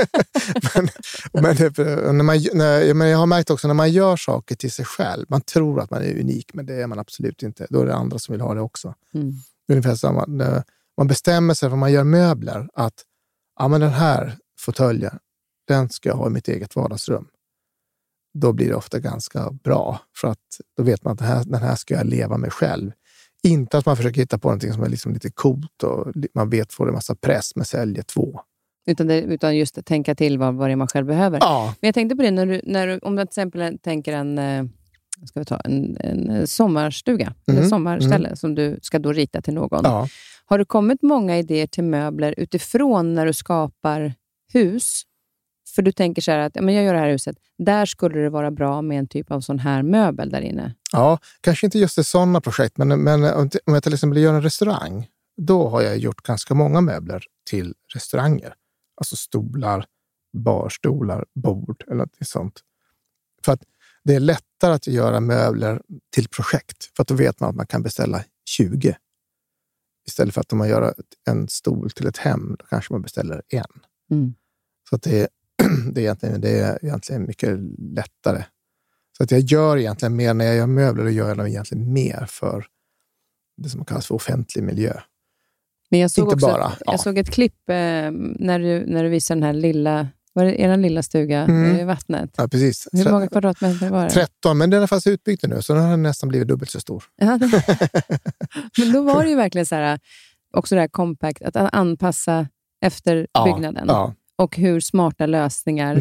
men jag har märkt också när man gör saker till sig själv, man tror att man är unik, men det är man absolut inte. Då är det andra som vill ha det också. Ungefär samma. Man bestämmer sig för man gör möbler att men den här fåtöljen, den ska jag ha i mitt eget vardagsrum. Då blir det ofta ganska bra, för att då vet man att den här ska jag leva med själv. Inte att man försöker hitta på någonting som är liksom lite coolt och man vet får en massa press med säljer 2. Utan just att tänka till vad det är man själv behöver. Ja. Men jag tänkte på det när du om du till exempel tänker en sommarstuga eller sommarställe som du ska då rita till någon. Ja. Har du kommit många idéer till möbler utifrån när du skapar hus? För du tänker så här att jag gör det här huset. Där skulle det vara bra med en typ av sån här möbel där inne. Ja, kanske inte just i sådana projekt. Men om jag till exempel gör en restaurang. Då har jag gjort ganska många möbler till restauranger. Alltså stolar, barstolar, bord eller något sånt. För att det är lättare att göra möbler till projekt. För att då vet man att man kan beställa 20. Istället för att om man gör en stol till ett hem, då kanske man beställer 1. Så att det är egentligen mycket lättare. Så att jag gör egentligen mer, när jag gör möbler, då gör jag egentligen mer för det som kallas för offentlig miljö. Men jag såg jag såg ett klipp när du visade den här lilla, var det er lilla stuga i vattnet? Ja, precis. Hur många kvadratmeter var det? 13, men den är faktiskt utbyggd nu, så den har nästan blivit dubbelt så stor. Ja, men då var det ju verkligen så här, också det här compact, att anpassa efter byggnaden. Ja. Och hur smarta lösningar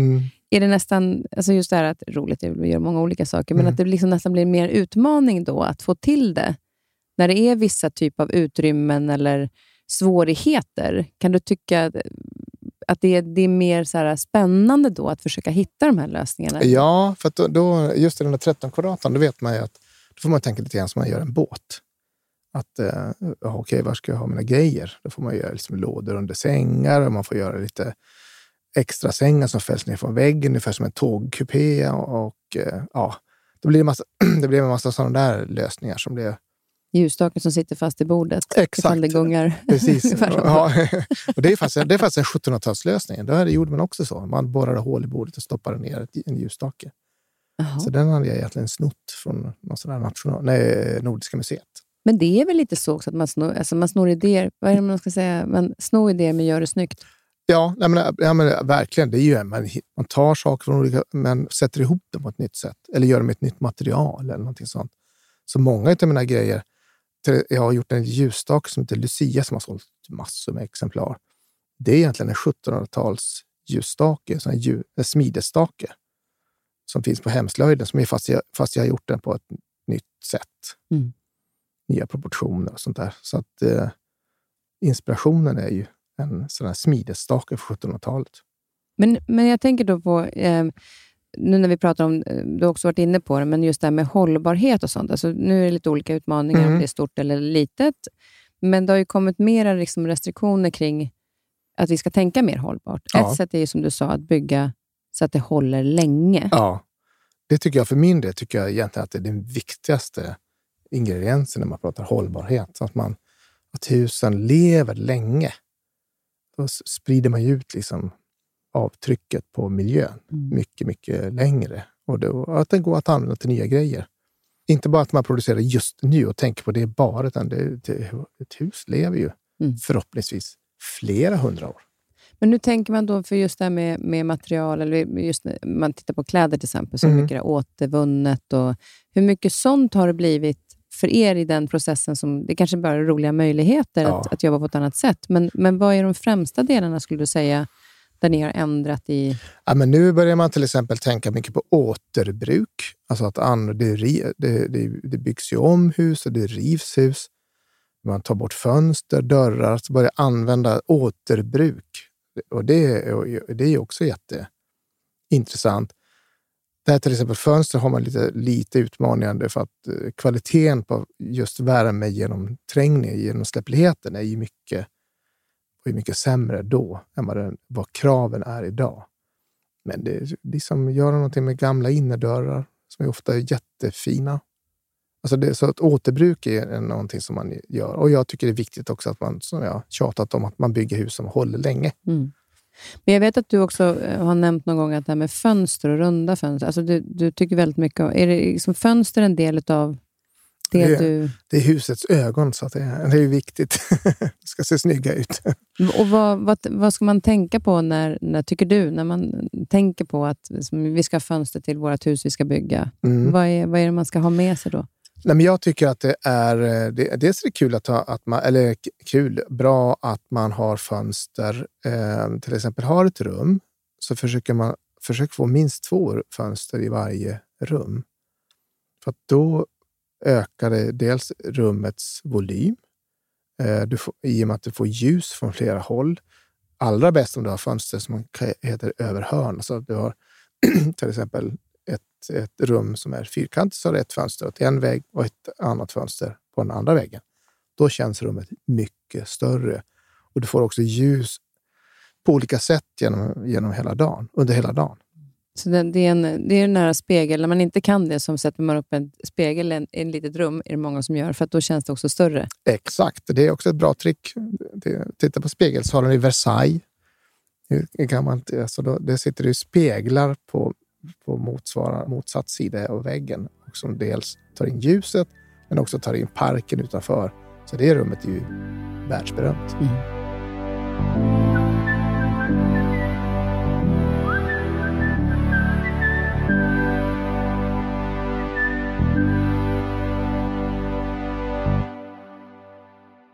är det nästan, alltså just det här att roligt är att göra många olika saker, men att det liksom nästan blir mer utmaning då att få till det när det är vissa typ av utrymmen eller svårigheter. Kan du tycka att det är mer så här spännande då att försöka hitta de här lösningarna? Ja, för att då just i den där 13 kvadraten, då vet man ju att då får man tänka lite grann som man gör en båt. Att, okej, var ska jag ha mina grejer? Då får man göra liksom lådor under sängar och man får göra lite extra sängar som fälls ner från väggen, ungefär som en tågkupé. Och då blir det blir en massa sådana där lösningar som det. Ljusstaken som sitter fast i bordet. Exakt. Det gångar. Precis. Ja. Och det är faktiskt en 1700-talslösning. Då gjorde man också så. Man borrade hål i bordet och stoppade ner en ljusstake. Aha. Så den hade jag egentligen snott från någon sån där Nordiska museet. Men det är väl lite så också att man snor idéer. Vad är det man ska säga? Man snor idéer men gör det snyggt. Ja, men verkligen. Det är ju man tar saker från olika, men sätter ihop dem på ett nytt sätt. Eller gör dem med ett nytt material eller någonting sånt. Så många av mina grejer. Jag har gjort en ljusstake som heter Lucia som har sålt massor med exemplar. Det är egentligen en 1700-tals ljusstake, en smidestake som finns på Hemslöjden, som är fast jag har gjort den på ett nytt sätt. Mm. Nya proportioner och sånt där. Så att inspirationen är ju en sån här smidestake för 1700-talet. Men jag tänker då på nu när vi pratar om, du har också varit inne på det, men just det här med hållbarhet och sånt. Alltså, nu är det lite olika utmaningar om det är stort eller litet. Men det har ju kommit mera liksom restriktioner kring att vi ska tänka mer hållbart. Ja. Ett sätt är ju som du sa att bygga så att det håller länge. Ja, det tycker jag för min del tycker jag egentligen att det är den viktigaste ingrediensen när man pratar hållbarhet. Så att husen lever länge. Då sprider man ut liksom avtrycket på miljön mycket, mycket längre. Och då, att den går att använda till nya grejer. Inte bara att man producerar just nu och tänker på det bara, utan ett hus lever ju förhoppningsvis flera 100 år. Men nu tänker man då för just det här med material, eller just när man tittar på kläder till exempel, så mycket det är återvunnet och hur mycket sånt har det blivit för er i den processen som, det kanske bara är roliga möjligheter att jobba på ett annat sätt. Men vad är de främsta delarna skulle du säga där ni har ändrat i? Ja, men nu börjar man till exempel tänka mycket på återbruk. Alltså att det byggs ju om hus och det rivs hus. Man tar bort fönster, dörrar, så börjar använda återbruk. Och det är också jätteintressant. Där till exempel fönster har man lite utmanande för att kvaliteten på just värme genom trängning, genom släppligheten är ju mycket sämre då än vad kraven är idag. Men det är liksom göra någonting med gamla innerdörrar som är ofta jättefina. Alltså så att återbruk är någonting som man gör. Och jag tycker det är viktigt också att man, som jag har tjatat om, att man bygger hus som håller länge. Mm. Men jag vet att du också har nämnt någon gång att det här med fönster och runda fönster. Alltså du tycker väldigt mycket om, är det liksom fönster en del av det du... Det är husets ögon, så att det är ju viktigt. Det ska se snygga ut. Och vad ska man tänka på när man tänker på att vi ska ha fönster till vårt hus vi ska bygga? Vad är det man ska ha med sig då? Nej, men jag tycker att dels är det kul bra att man har fönster. Till exempel har ett rum, så försöker få minst 2 fönster i varje rum. För att då ökar det dels rummets volym. I och med att du får ljus från flera håll. Allra bäst om du har fönster som heter överhörn. Så att du har till exempel ett rum som är fyrkantigt, så har det ett fönster åt en vägg och ett annat fönster på den andra väggen. Då känns rummet mycket större. Och du får också ljus på olika sätt genom hela dagen, under hela dagen. Så det är en nära spegel. När man inte kan det, som sätter man upp en spegel i en litet rum, är det många som gör, för att då känns det också större. Exakt, det är också ett bra trick. Titta på spegelsalen i Versailles. Hur kan man inte, alltså det sitter ju speglar på motsatt sida av väggen, och som dels tar in ljuset men också tar in parken utanför. Så det rummet är ju världsberömt.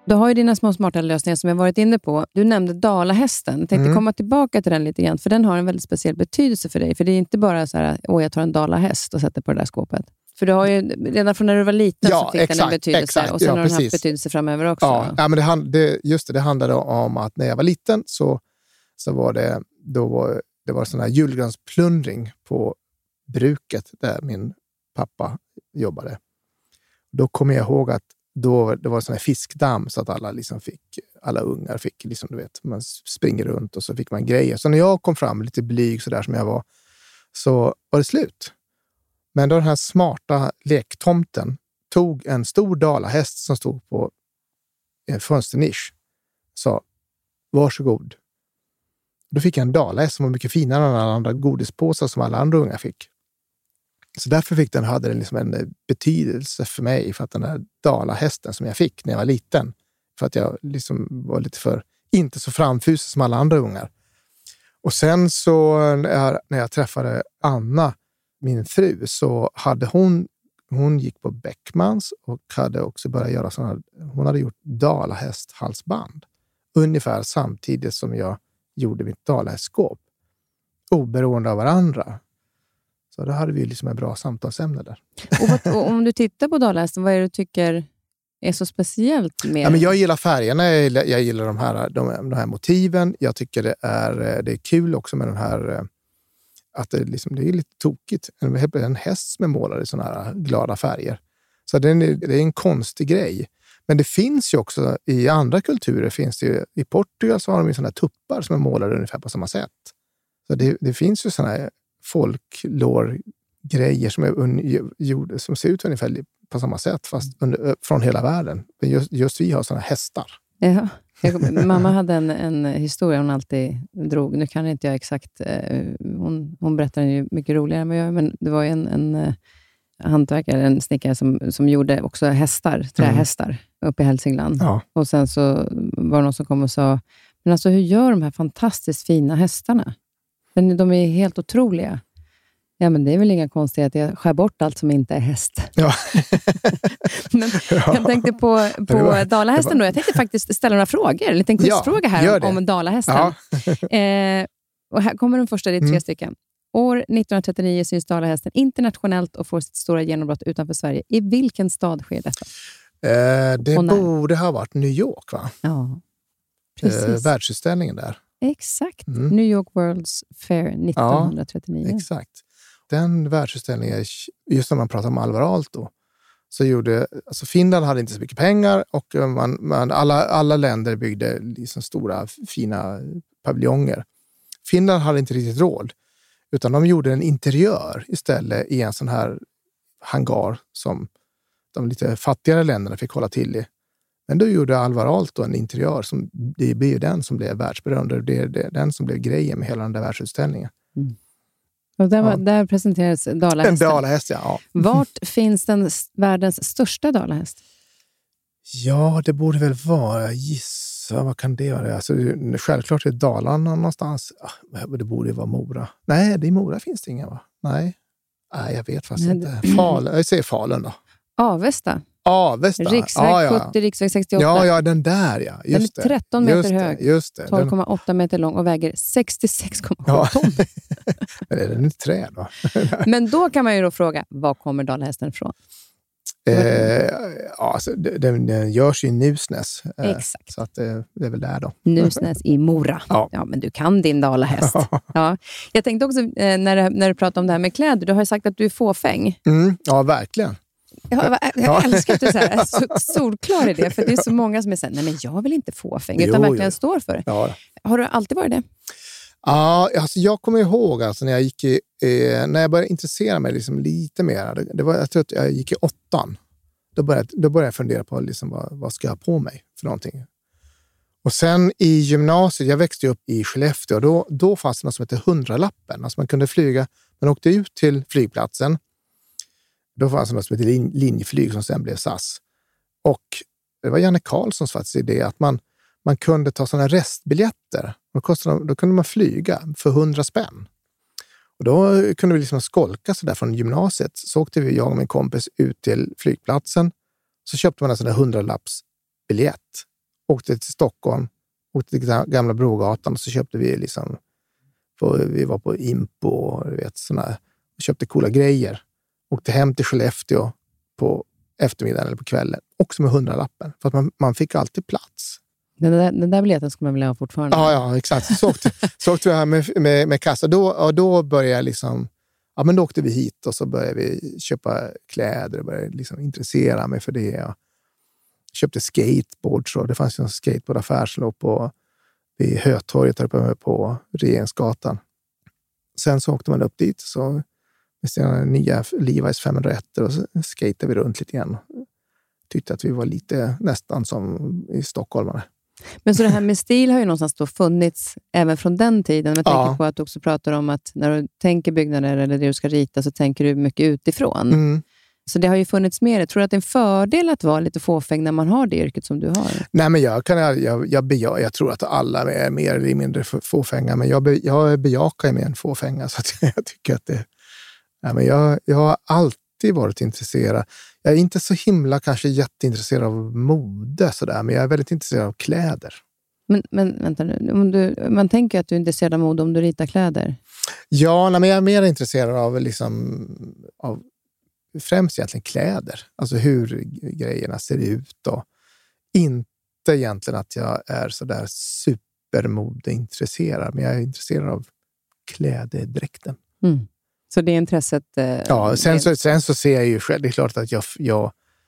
Du har ju dina små smarta lösningar som jag varit inne på. Du nämnde dalahästen. Jag tänkte komma tillbaka till den lite grann. För den har en väldigt speciell betydelse för dig. För det är inte bara så här, jag tar en dalahäst och sätter på det där skåpet. För du har ju, redan från när du var liten så fick den en betydelse. Exakt, och sen har den haft betydelse framöver också. Ja, men det handlade om att när jag var liten så var det var sån här julgransplundring på bruket där min pappa jobbade. Då kommer jag ihåg att det var en sån här fiskdamm så att alla ungar fick liksom, du vet, man springer runt och så fick man grejer. Så när jag kom fram lite blyg så där som jag var, så var det slut. Men då den här smarta lektomten tog en stor dalahäst som stod på en fönsternisch, sa varsågod. Då fick jag en dalahäst som var mycket finare än alla andra godispåsar som alla andra unga fick. Så därför hade den liksom en betydelse för mig, för att den där dalahästen som jag fick när jag var liten, för att jag liksom var lite för, inte så framfusig som alla andra ungar. Och sen så när jag träffade Anna, min fru, så hade hon gick på Beckmans och hade också börjat göra hon hade gjort dalahästhalsband ungefär samtidigt som jag gjorde mitt dalahästskåp, oberoende av varandra. Så då hade vi liksom en bra samtalsämne där. Och om du tittar på dalahästen, vad är det du tycker är så speciellt med? Ja, men jag gillar färgerna, jag gillar de här motiven. Jag tycker det är kul också med den här, att det är lite tokigt. En häst som är målad i såna här glada färger. Så det är en konstig grej. Men det finns ju också i andra kulturer, i Portugal så har de ju såna här tuppar som är målade ungefär på samma sätt. Så det finns ju såna här folklore-grejer som ser ut ungefär på samma sätt fast från hela världen. Men just vi har såna hästar. Ja. Mamma hade en historia hon alltid drog. Nu kan inte jag exakt. Hon berättade ju mycket roligare än vad jag gör, men det var ju en hantverkare, en snickare som gjorde också hästar, trähästar uppe i Hälsingland. Ja. Och sen så var det någon som kom och sa, men alltså hur gör de här fantastiskt fina hästarna? De är helt otroliga. Ja, men det är väl inga konstigheter. Jag skär bort allt som inte är häst. Ja. Men jag tänkte på dalahästen då. Jag tänkte faktiskt ställa några frågor. En liten quizfråga här om dalahästen. Ja. Och här kommer den första, det är 3 stycken. År 1939 syns dalahästen internationellt och får sitt stora genombrott utanför Sverige. I vilken stad sker detta? Det borde ha varit New York, va? Ja, precis. Världsutställningen där. Exakt. New York World's Fair 1939. Ja, exakt. Den världsutställningen, just när man pratar om Alvar Aalto, så Finland hade inte så mycket pengar och alla länder byggde liksom stora fina paviljonger. Finland hade inte riktigt råd, utan de gjorde en interiör istället i en sån här hangar som de lite fattigare länderna fick hålla till i. Men då gjorde Alvar Aalto en interiör som det blev den som blev världsberömd. Det är den som blev grejen med hela den där världsutställningen. Och där presenterades dalahästen. En dalahäst, ja. Vart finns världens största dalahäst? Ja, det borde väl vara, gissa, vad kan det vara? Alltså, självklart är det Dalarna någonstans. Det borde vara Mora. Nej, det i Mora finns det inga, va? Nej, jag vet fast inte. Jag säger Falun då. Avesta. Riksväg 70, riksväg 68. Ja, den där, ja. Just den är 13 meter hög. Just det. 12,8 meter lång och väger 66,7 ton. Men är den inte träd, va? Men då kan man ju då fråga, var kommer dalahästen ifrån? Alltså, den görs i Nusnäs. Exakt. Så att det är väl där då. Nusnäs i Mora. Ja, men du kan din dalahäst. Ja. Jag tänkte också, när du pratar om det här med kläder, du har ju sagt att du är fåfäng. Ja, verkligen. Jag älskar att du är så solklar i det, för det är så många som är så här, nej men jag vill inte fåfäng, utan verkligen står för det. Ja. Har du alltid varit det? Ja, alltså jag kommer ihåg alltså när jag började intressera mig liksom lite mer. Jag tror att jag gick i 8:an. Då började jag fundera på liksom, vad ska jag ha på mig för någonting. Och sen i gymnasiet, jag växte upp i Skellefteå, och då fanns det något som heter 100-lappen. Alltså man kunde flyga, man åkte ut till flygplatsen. Då fanns det något som heter linjeflyg som sen blev SAS. Och det var Janne Karlssons faktiskt idé att man kunde ta sådana restbiljetter. Då kunde man flyga för 100 spänn. Och då kunde vi liksom skolka så där från gymnasiet. Så åkte jag och min kompis ut till flygplatsen. Så köpte man en sån där 100-lappsbiljett. åkte till Stockholm, åkte till Gamla Brogatan och så köpte vi liksom, vi var på Impo och köpte coola grejer. Åkte hem till Skellefteå på eftermiddagen eller på kvällen, också med 100-lappen, för att man fick alltid plats. Den där biljetten skulle man vilja ha fortfarande. Ja, exakt. Så åkte vi här med kassa. Då började jag liksom, men då åkte vi hit och så började vi köpa kläder och började liksom intressera mig för det. Jag köpte skateboards och det fanns ju en skateboardaffärslåp vid Hötorget där uppe på Regeringsgatan. Sen så åkte man upp dit så med sina nya Levi's 501 och så skatade vi runt lite grann. Tyckte att vi var lite nästan som i Stockholmare. Men så det här med stil har ju någonstans då funnits även från den tiden. Jag tänker på att du också pratar om att när du tänker byggnader eller det du ska rita så tänker du mycket utifrån. Mm. Så det har ju funnits mer. Jag tror att det är en fördel att vara lite fåfäng när man har det yrket som du har. Nej, men jag tror att alla är mer eller mindre fåfänga, men jag bejakar mer än fåfänga, så att jag tycker att det... Nej, men jag har alltid varit intresserad. Jag är inte så himla kanske jätteintresserad av mode sådär, men jag är väldigt intresserad av kläder. Men vänta nu, man tänker att du är intresserad av mode om du ritar kläder. Ja, men jag är mer intresserad av främst egentligen kläder. Alltså hur grejerna ser ut och inte egentligen att jag är sådär supermodeintresserad, men jag är intresserad av klädedräkten. Mm. Så det är intresset... Ja, sen så ser jag ju själv, det är klart att jag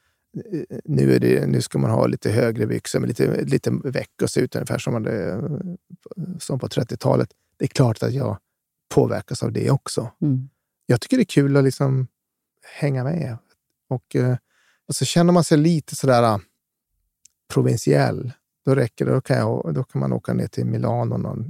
nu ska man ha lite högre byxor med lite väck och se ut ungefär som på 30-talet. Det är klart att jag påverkas av det också. Mm. Jag tycker det är kul att liksom hänga med. Och så känner man sig lite sådär provinciell. Då kan man åka ner till Milano någon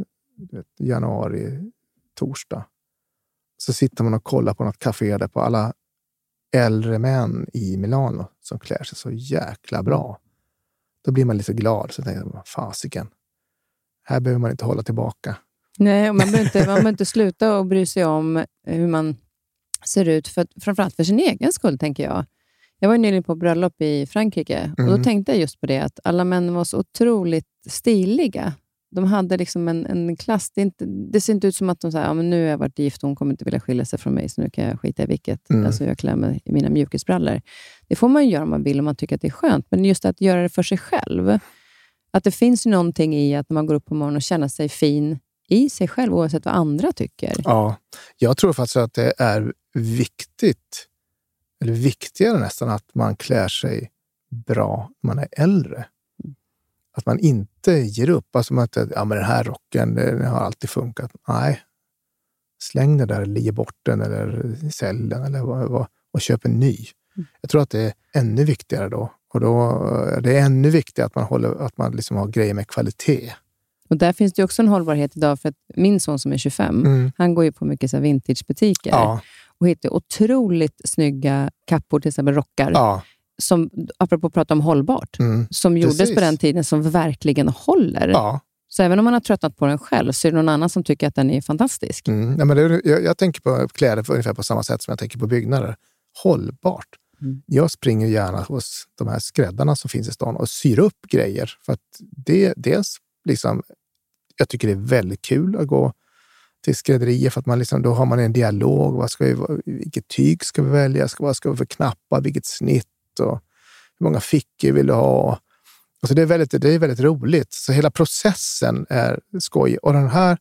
januari, torsdag. Så sitter man och kollar på något café där på alla äldre män i Milano som klär sig så jäkla bra. Då blir man lite glad. Så tänker man, fasiken. Här behöver man inte hålla tillbaka. Nej, man behöver inte sluta och bry sig om hur man ser ut. Framförallt för sin egen skull, tänker jag. Jag var nyligen på bröllop i Frankrike. Och då tänkte jag just på det. Att alla män var så otroligt stiliga. De hade liksom en klass. Det ser inte ut som att de säger, men nu har jag varit gift och hon kommer inte vilja skilja sig från mig, så nu kan jag skita i vilket. Alltså jag klär mig i mina mjukisbrallor. Det får man ju göra om man vill, om man tycker att det är skönt. Men just att göra det för sig själv. Att det finns ju någonting i att när man går upp på morgonen och känner sig fin i sig själv, oavsett vad andra tycker. Ja, jag tror faktiskt att det är viktigt, eller viktigare nästan, att man klär sig bra när man är äldre. Att man inte ger upp. Alltså men den här rocken, den har alltid funkat. Nej, släng den där eller ge bort den eller sälj den eller och köp en ny. Jag tror att det är ännu viktigare då. Och då det är ännu viktigare att man liksom har grejer med kvalitet. Och där finns det också en hållbarhet idag, för att min son som är 25, han går ju på mycket så här vintagebutiker. Ja. Och hittar otroligt snygga kappor, till exempel rockar. Ja. Som, apropå att prata om hållbart, som gjordes på den tiden, som verkligen håller. Ja. Så även om man har tröttnat på den själv, så är det någon annan som tycker att den är fantastisk. Ja, men jag tänker på kläder ungefär på samma sätt som jag tänker på byggnader. Hållbart. Jag springer gärna hos de här skräddarna som finns i stan och syr upp grejer. För att dels liksom, jag tycker det är väldigt kul att gå till skrädderier, för att man liksom, då har man en dialog. Vilket tyg ska vi välja? Vad ska vi för knappar? Vilket snitt? Och hur många fickor vill du ha? Alltså det är väldigt roligt. Så hela processen är skoj. Och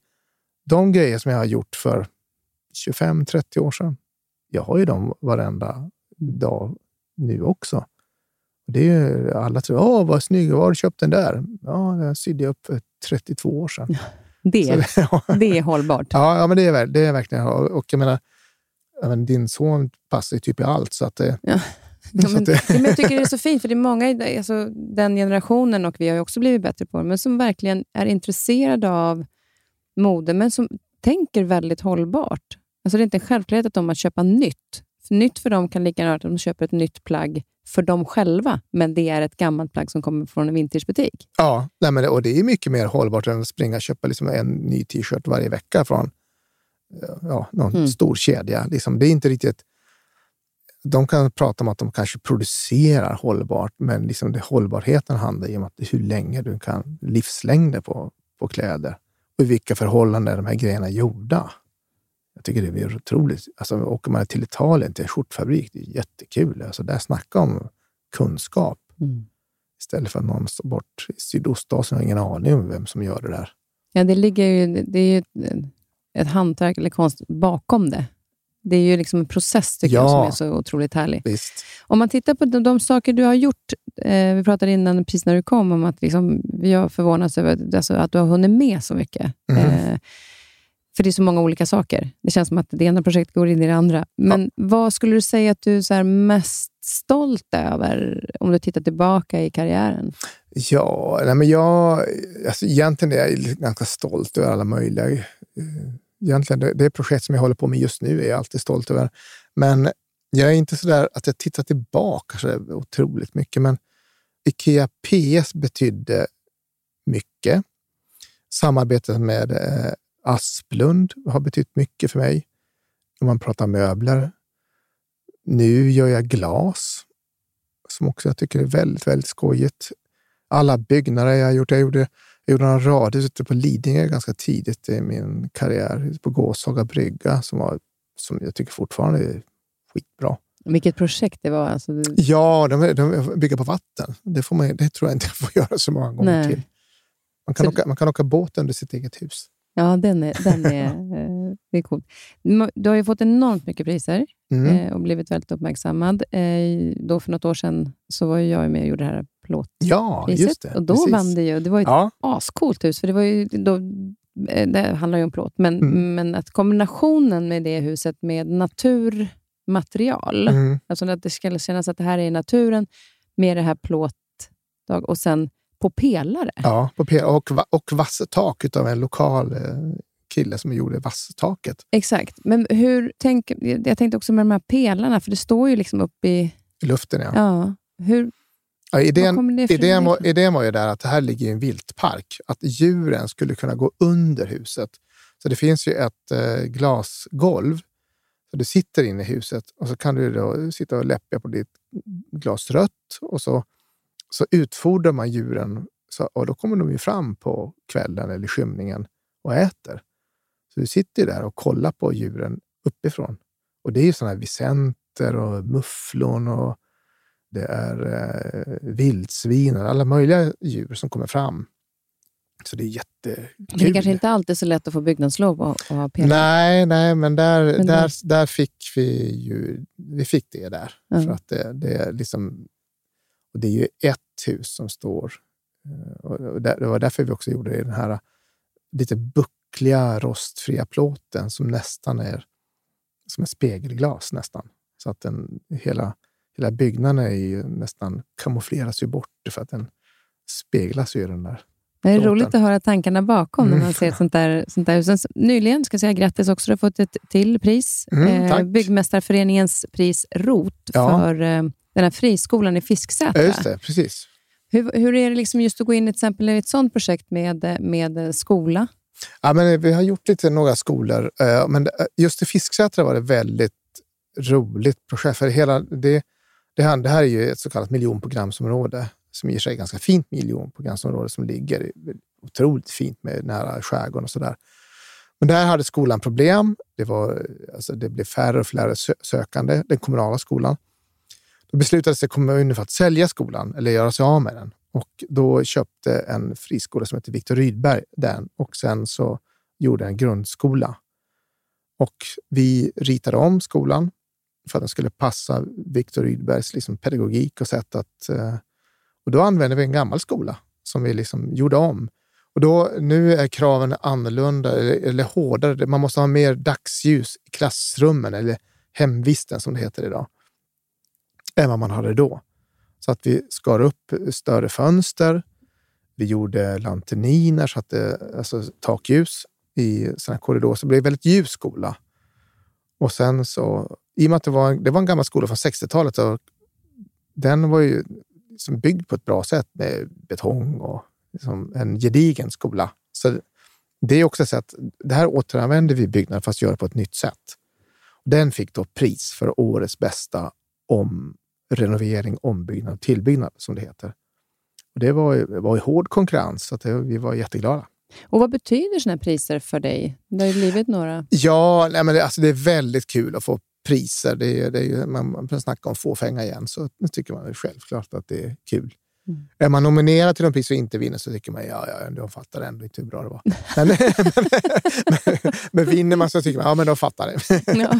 de grejer som jag har gjort för 25-30 år sedan, jag har ju dem varenda dag nu också. Och det är alla tror, vad snygg, var har du köpt den där? Ja, den sydde jag upp för 32 år sedan. Det är hållbart. Ja, men det är verkligen. Och jag menar, din son passar ju typ i allt, så att det... Ja. Ja, men jag tycker det är så fint, för det är många, alltså, den generationen, och vi har ju också blivit bättre på det, men som verkligen är intresserade av mode, men som tänker väldigt hållbart. Alltså det är inte en självklarhet att de att köpa nytt. För nytt för dem kan lika gärna att de köper ett nytt plagg för dem själva, men det är ett gammalt plagg som kommer från en vintagebutik. Ja, och det är mycket mer hållbart än att springa och köpa liksom en ny t-shirt varje vecka från någon stor kedja. Liksom, det är inte riktigt... de kan prata om att de kanske producerar hållbart, men liksom det hållbarheten handlar ju om att hur länge du kan, livslängder på kläder och i vilka förhållanden de här grejerna är gjorda. Jag tycker det är otroligt. Alltså, åker man till Italien till en skjortfabrik, det är jättekul. Alltså, där snackar om kunskap. Istället för att någon står bort i Sydostasien har ingen aning om vem som gör det där. Ja, det är ju ett hantverk eller konst bakom det. Det är ju liksom en process tycker jag som är så otroligt härlig. Visst. Om man tittar på de saker du har gjort, vi pratade innan precis när du kom om att liksom, vi har förvånats över alltså, att du har hunnit med så mycket. För det är så många olika saker. Det känns som att det ena projektet går in i det andra. Men vad skulle du säga att du är så här mest stolt över om du tittar tillbaka i karriären? Ja, men alltså, egentligen är jag ganska stolt över alla möjliga. Egentligen det projekt som jag håller på med just nu är jag alltid stolt över. Men jag är inte så där att jag tittar tillbaka så otroligt mycket. Men IKEA PS betydde mycket. Samarbetet med Asplund har betytt mycket för mig. Om man pratar möbler. Nu gör jag glas. Som också jag tycker är väldigt, väldigt skojigt. Alla byggnader jag har gjort. Jag gjorde några radhus ute på Lidingö ganska tidigt i min karriär. På Gåshaga brygga som jag tycker fortfarande är skitbra. Vilket projekt det var? Alltså, Ja, de bygger på vatten. Det tror jag inte jag får göra så många gånger till. Man kan åka båt under sitt eget hus. Ja, det är coolt. Du har ju fått enormt mycket priser och blivit väldigt uppmärksammad. Då för något år sedan så var jag med och gjorde det här plåtpriset. Ja, just det. Och då vann det ju. Det var ett ascoolt hus, för det var ju det handlar ju om plåt. Men att kombinationen med det huset med naturmaterial, alltså att det ska kännas att det här är naturen med det här plåtdag och sen på pelare. Ja, på pelare och vasstak utav en lokal kille som gjorde vasstaket. Exakt. Men jag tänkte också med de här pelarna, för det står ju liksom upp i luften. Ja. Idén var ju där att det här ligger i en viltpark. Att djuren skulle kunna gå under huset. Så det finns ju ett glasgolv. Så du sitter inne i huset och så kan du då sitta och läppa på ditt glas rött och så utfodrar man djuren och då kommer de ju fram på kvällen eller skymningen och äter. Så du sitter där och kollar på djuren uppifrån. Och det är ju sådana här vicenter och mufflon och det är vildsvin och alla möjliga djur som kommer fram. Så det är jättekul. Det är kanske inte alltid så lätt att få byggnadslov och ha pelare. Nej, men där fick vi fick det där. För att det är liksom, och det är ju ett hus som står, och det var därför vi också gjorde det, den här lite buckliga rostfria plåten som nästan är som en spegelglas nästan. Så att hela byggnaden är ju nästan kamoufleras ju bort för att den speglas ju i den där. Det är roligt att höra tankarna bakom när man ser ett sånt där hus. Sen, nyligen ska jag säga grattis också, du har fått ett till pris. Byggmästarföreningens pris ROT för den här friskolan i Fisksätra. Ja, just det, precis. Hur är det liksom just att gå in i ett sånt projekt med skola? Ja, men vi har gjort några skolor, men just i Fisksätra var det väldigt roligt projekt. För det här är ju ett så kallat miljonprogramsområde som ger sig ganska fint miljonprogramsområde som ligger otroligt fint med nära skärgården och sådär. Men där hade skolan problem. Det blev färre och färre sökande, den kommunala skolan. Då beslutade sig kommunen för att sälja skolan eller göra sig av med den. Och då köpte en friskola som heter Viktor Rydberg den och sen så gjorde en grundskola. Och vi ritade om skolan för att den skulle passa Viktor Rydbergs liksom pedagogik och sätt att... Och då använde vi en gammal skola som vi liksom gjorde om. Och nu är kraven annorlunda eller hårdare. Man måste ha mer dagsljus i klassrummen eller hemvisten som det heter idag. Än vad man hade då. Så att vi skar upp större fönster. Vi gjorde lanterniner så att takljus i sådana korridorer. Så det blev väldigt ljus skola. Och sen så, i och med att det var en gammal skola från 60-talet och den var ju som byggd på ett bra sätt med betong och liksom en gedigen skola. Så det är också så att det här återanvänder vi byggnaden fast gör det på ett nytt sätt. Den fick då pris för årets bästa renovering, ombyggnad, tillbyggnad som det heter. Och det var i hård konkurrens, så att vi var jätteglada. Och vad betyder såna här priser för dig? Det har ju blivit några. Ja, nej, men det är väldigt kul att få priser. Det är ju, man snackar om fåfänga igen, så nu tycker man självklart att det är kul. Är man nominerad till de pris och inte vinner, så tycker man de fattar ändå inte hur bra det var. Men vinner man, så tycker man men de fattar det. Ja.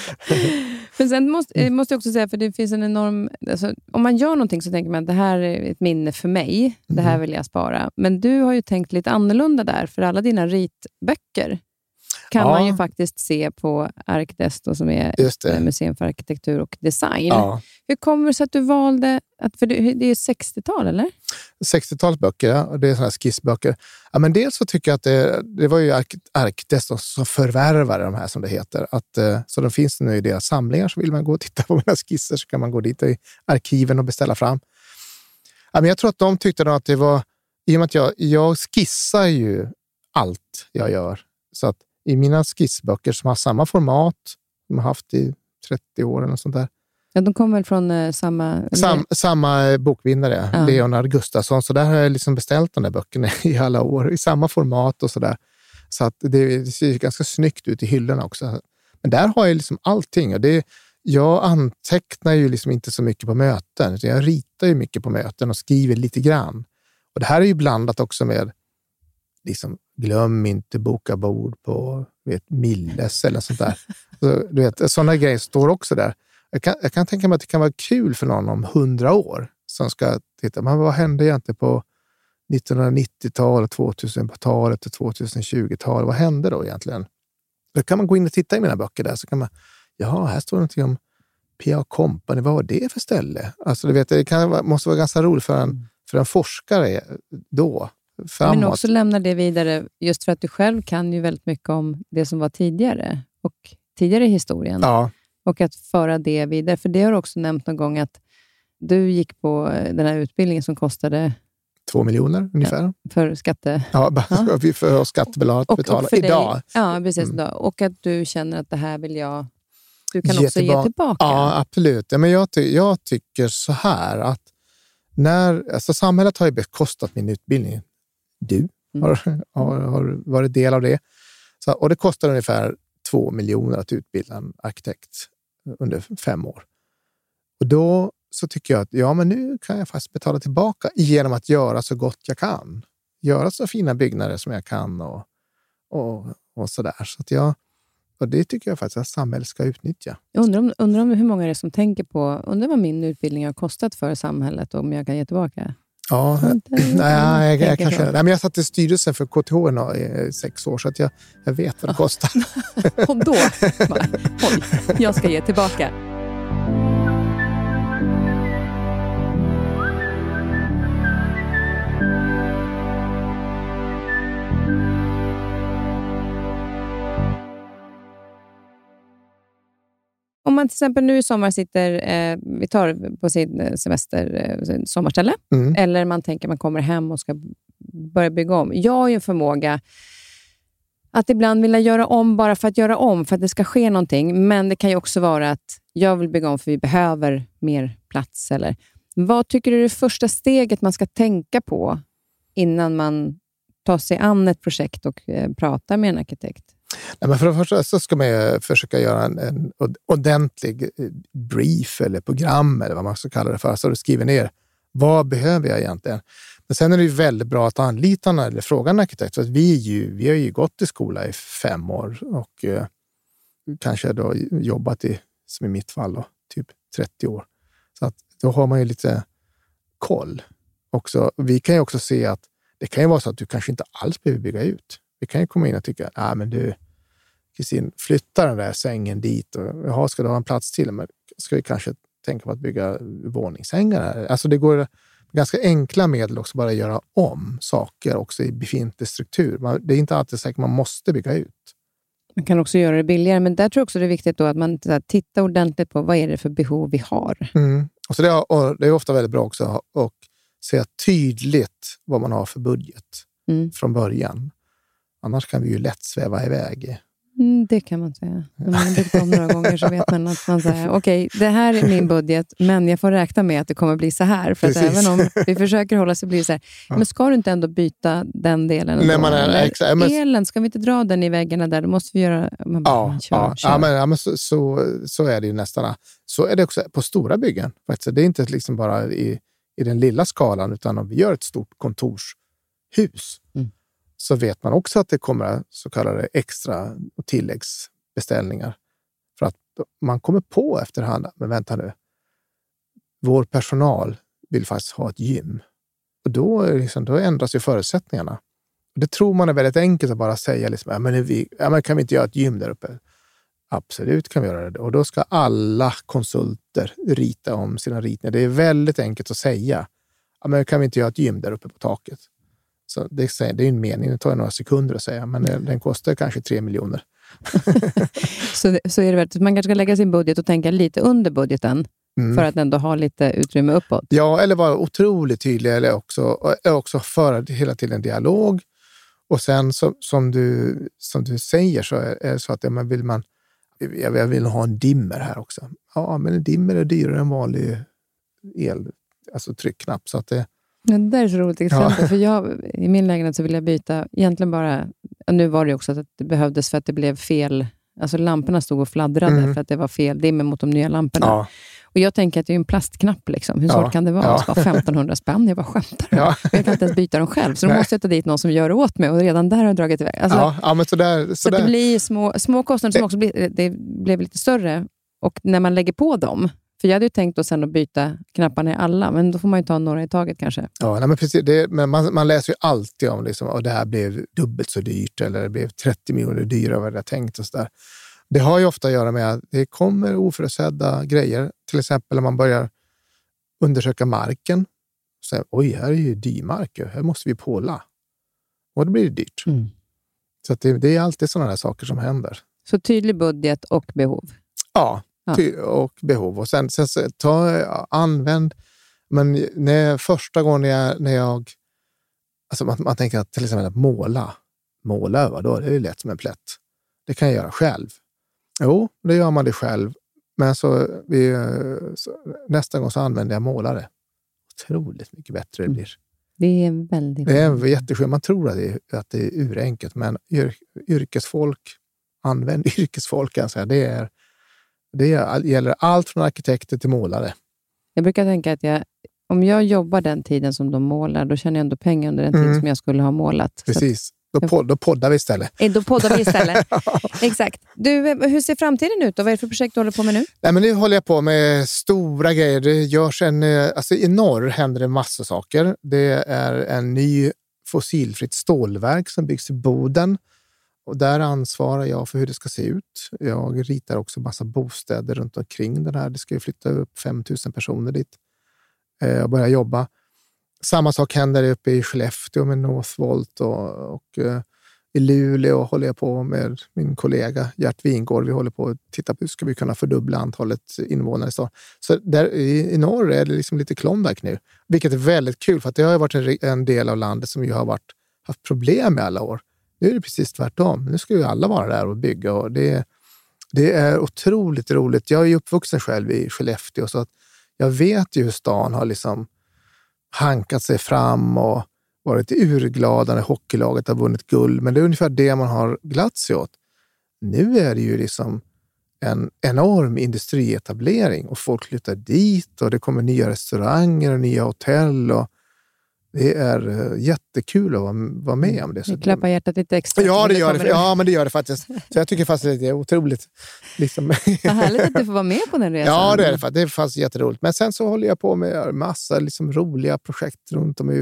Men sen måste jag också säga, för det finns en enorm, alltså, om man gör någonting så tänker man att det här är ett minne för mig, det här vill jag spara. Men du har ju tänkt lite annorlunda där, för alla dina ritböcker kan man ju faktiskt se på Arcdesto, som är Museum för arkitektur och design. Ja. Hur kommer det sig att du valde, för det är 60-tal eller? 60-talsböcker, ja. Och det är sådana här skissböcker. Ja, men dels så tycker jag att det var ju Arcdesto som förvärvade de här, som det heter. Så de finns nu i deras samlingar, så vill man gå och titta på mina skisser så kan man gå dit i arkiven och beställa fram. Ja, men jag tror att de tyckte att det var, i och med att jag skissar ju allt jag gör, så att i mina skissböcker som har samma format som jag har haft i 30 år eller sånt där. Ja, de kommer väl från samma bokvinnare, Leonard Gustafsson. Så där har jag liksom beställt de där böckerna i alla år, i samma format och sådär. Så att det ser ganska snyggt ut i hyllorna också. Men där har jag liksom allting. Och jag antecknar ju liksom inte så mycket på möten. Jag ritar ju mycket på möten och skriver lite grann. Och det här är ju blandat också med liksom, glöm inte boka bord på Milles eller sånt där. Så, du vet, sådana grejer står också där. Jag kan tänka mig att det kan vara kul för någon om 100 år som ska titta. Men vad hände egentligen på 1990-talet, 2000-talet och 2020-talet? Vad hände då egentligen? Då kan man gå in och titta i mina böcker där, så kan man, här står någonting om P.A. Company. Vad var det för ställe? Alltså, du vet, måste vara ganska roligt för en forskare då. Framåt. Men också lämna det vidare, just för att du själv kan ju väldigt mycket om det som var tidigare och tidigare i historien. Ja. Och att föra det vidare. För det har du också nämnt någon gång, att du gick på den här utbildningen som kostade 2 miljoner ungefär. För skatte... Ja, för skattebetalat betala idag. Dig, ja, precis. Och att du känner att det här vill du kan också ge tillbaka. Ja, absolut. Ja, men jag tycker så här att samhället har ju bekostat min utbildning. Du har varit del av det. Och det kostar ungefär 2 miljoner att utbilda en arkitekt under 5 år. Och då så tycker jag att men nu kan jag faktiskt betala tillbaka genom att göra så gott jag kan. Göra så fina byggnader som jag kan och sådär. Så att och det tycker jag faktiskt att samhället ska utnyttja. Jag undrar om hur många är det som tänker på, undrar vad min utbildning har kostat för samhället, om jag kan ge tillbaka. Ja, jag kanske. Nej, men jag satt i styrelsen för KTH i 6 år, så att jag vet vad det kostar. Och då, jag ska ge tillbaka. Om man till exempel nu i sommar vi tar på sin semester, sommarställe, eller man tänker man kommer hem och ska börja bygga om. Jag har ju en förmåga att ibland vilja göra om bara för att göra om, för att det ska ske någonting. Men det kan ju också vara att jag vill bygga om för vi behöver mer plats. Eller vad tycker du är det första steget man ska tänka på innan man tar sig an ett projekt och pratar med en arkitekt? Nej, men för det första så ska man försöka göra en ordentlig brief eller program eller vad man ska kalla det för. Så du skriver ner, vad behöver jag egentligen? Men sen är det ju väldigt bra att anlita eller fråga en arkitekt. För att vi har ju gått i skola i 5 år och kanske då jobbat som i mitt fall då, typ 30 år. Så att då har man ju lite koll också. Vi kan ju också se att det kan ju vara så att du kanske inte alls behöver bygga ut. Vi kan ju komma in och tycka, men du Kristin, flytta den där sängen dit och ska du ha en plats till? Men ska vi kanske tänka på att bygga våningssängar här? Alltså det går ganska enkla medel också, bara göra om saker också i befintlig struktur. Det är inte alltid säkert man måste bygga ut. Man kan också göra det billigare, men där tror jag också det är viktigt då att man tittar ordentligt på vad är det för behov vi har. Och så det är ofta väldigt bra också att se tydligt vad man har för budget från början. Annars kan vi ju lätt sväva iväg Det kan man säga. När man har byggt om några gånger så vet man att man säger okej, det här är min budget, men jag får räkna med att det kommer bli så här. För att även om vi försöker hålla så blir det så här. Men ska du inte ändå byta den delen? Nej, man är, exakt, men, elen, ska vi inte dra den i väggarna där? Då måste vi göra... Men så är det ju nästan. Så är det också på stora byggen. Faktiskt. Det är inte liksom bara i den lilla skalan, utan om vi gör ett stort kontorshus så vet man också att det kommer så kallade extra och tilläggsbeställningar. För att man kommer på efterhand, men vänta nu, vår personal vill faktiskt ha ett gym. Och då ändras ju förutsättningarna. Och det tror man är väldigt enkelt att bara säga, liksom, men kan vi inte göra ett gym där uppe? Absolut kan vi göra det. Och då ska alla konsulter rita om sina ritningar. Det är väldigt enkelt att säga. Men kan vi inte göra ett gym där uppe på taket? Så det är en mening, det tar några sekunder att säga, men den kostar kanske 3 miljoner. så är det väl, man kanske ska lägga sin budget och tänka lite under budgeten för att ändå ha lite utrymme uppåt. Ja, eller vara otroligt tydlig, eller också föra hela tiden en dialog. Och sen som du säger så är det så att jag vill ha en dimmer här också. Ja, men en dimmer är dyrare än vanlig tryckknapp, så att det... Det där är så roligt exempel, för i min lägenhet så vill jag byta egentligen bara, nu var det också att det behövdes för att det blev fel, alltså lamporna stod och fladdrade för att det var fel dimmer mot de nya lamporna. Ja. Och jag tänker att det är en plastknapp liksom, hur svårt kan det vara? Ja. Så 1500 spänn, jag bara skämtar. Ja. Jag kan inte ens byta dem själv, så då måste jag ta dit någon som gör det åt mig, och redan där har jag dragit iväg. Alltså, men så det blir små kostnader som också blev lite större, och när man lägger på dem. För jag hade ju tänkt sen att byta knapparna i alla, men då får man ju ta några i taget kanske. Ja, men precis. Men man läser ju alltid om liksom, och det här blev dubbelt så dyrt, eller det blev 30 miljoner dyrare än vad jag tänkt och så där. Det har ju ofta att göra med att det kommer oförutsedda grejer. Till exempel när man börjar undersöka marken. Så oj, här är ju dymark, här måste vi påla. Och det blir dyrt. Så att det är alltid sådana där saker som händer. Så tydlig budget och behov. Ja. Och behov. Och sen använd, men första gången när jag alltså man tänker att till exempel att måla över, då är det ju lätt som en plätt. Det kan jag göra själv. Jo, det gör man det själv. Men nästa gång så använder jag målare. Otroligt mycket bättre det blir. Det är väldigt... Det är jätteskönt. Man tror att det är urenkelt, men yrkesfolk, använd yrkesfolk, kan jag säga. Det gäller allt från arkitekter till målare. Jag brukar tänka att om jag jobbar den tiden som de målar, då tjänar jag ändå pengar under den tid som jag skulle ha målat. Precis. Då poddar vi istället. Exakt. Du, hur ser framtiden ut då? Vad är det för projekt du håller på med nu? Nej, men nu håller jag på med stora grejer. Det görs i norr händer det massa saker. Det är en ny fossilfritt stålverk som byggs i Boden. Och där ansvarar jag för hur det ska se ut. Jag ritar också massa bostäder runt omkring den här. Det ska ju flytta upp 5000 personer dit. Jag börjar jobba. Samma sak händer uppe i Skellefteå med Northvolt och i Luleå håller jag på med min kollega Gert Wingård. Vi håller på att titta på hur ska vi kunna fördubbla antalet invånare i stan. Så där i norr är det liksom lite Klondike nu. Vilket är väldigt kul, för att det har varit en del av landet som ju har haft problem med alla år. Nu är det precis tvärtom. Nu ska ju alla vara där och bygga, och det är otroligt roligt. Jag är ju uppvuxen själv i Skellefteå, så att jag vet ju hur stan har liksom hankat sig fram och varit urglada när hockeylaget har vunnit guld. Men det är ungefär det man har glatt sig åt. Nu är det ju liksom en enorm industrietablering, och folk flyttar dit, och det kommer nya restauranger och nya hotell, och det är jättekul att vara med om det. Det klappar hjärtat lite extra. Ja, det gör det. Ja, men det gör det faktiskt. Så jag tycker faktiskt att det är otroligt. Liksom. Vad härligt att du får vara med på den resan. Ja, det är det faktiskt. Det är faktiskt jätteroligt. Men sen så håller jag på med massa liksom roliga projekt runt om.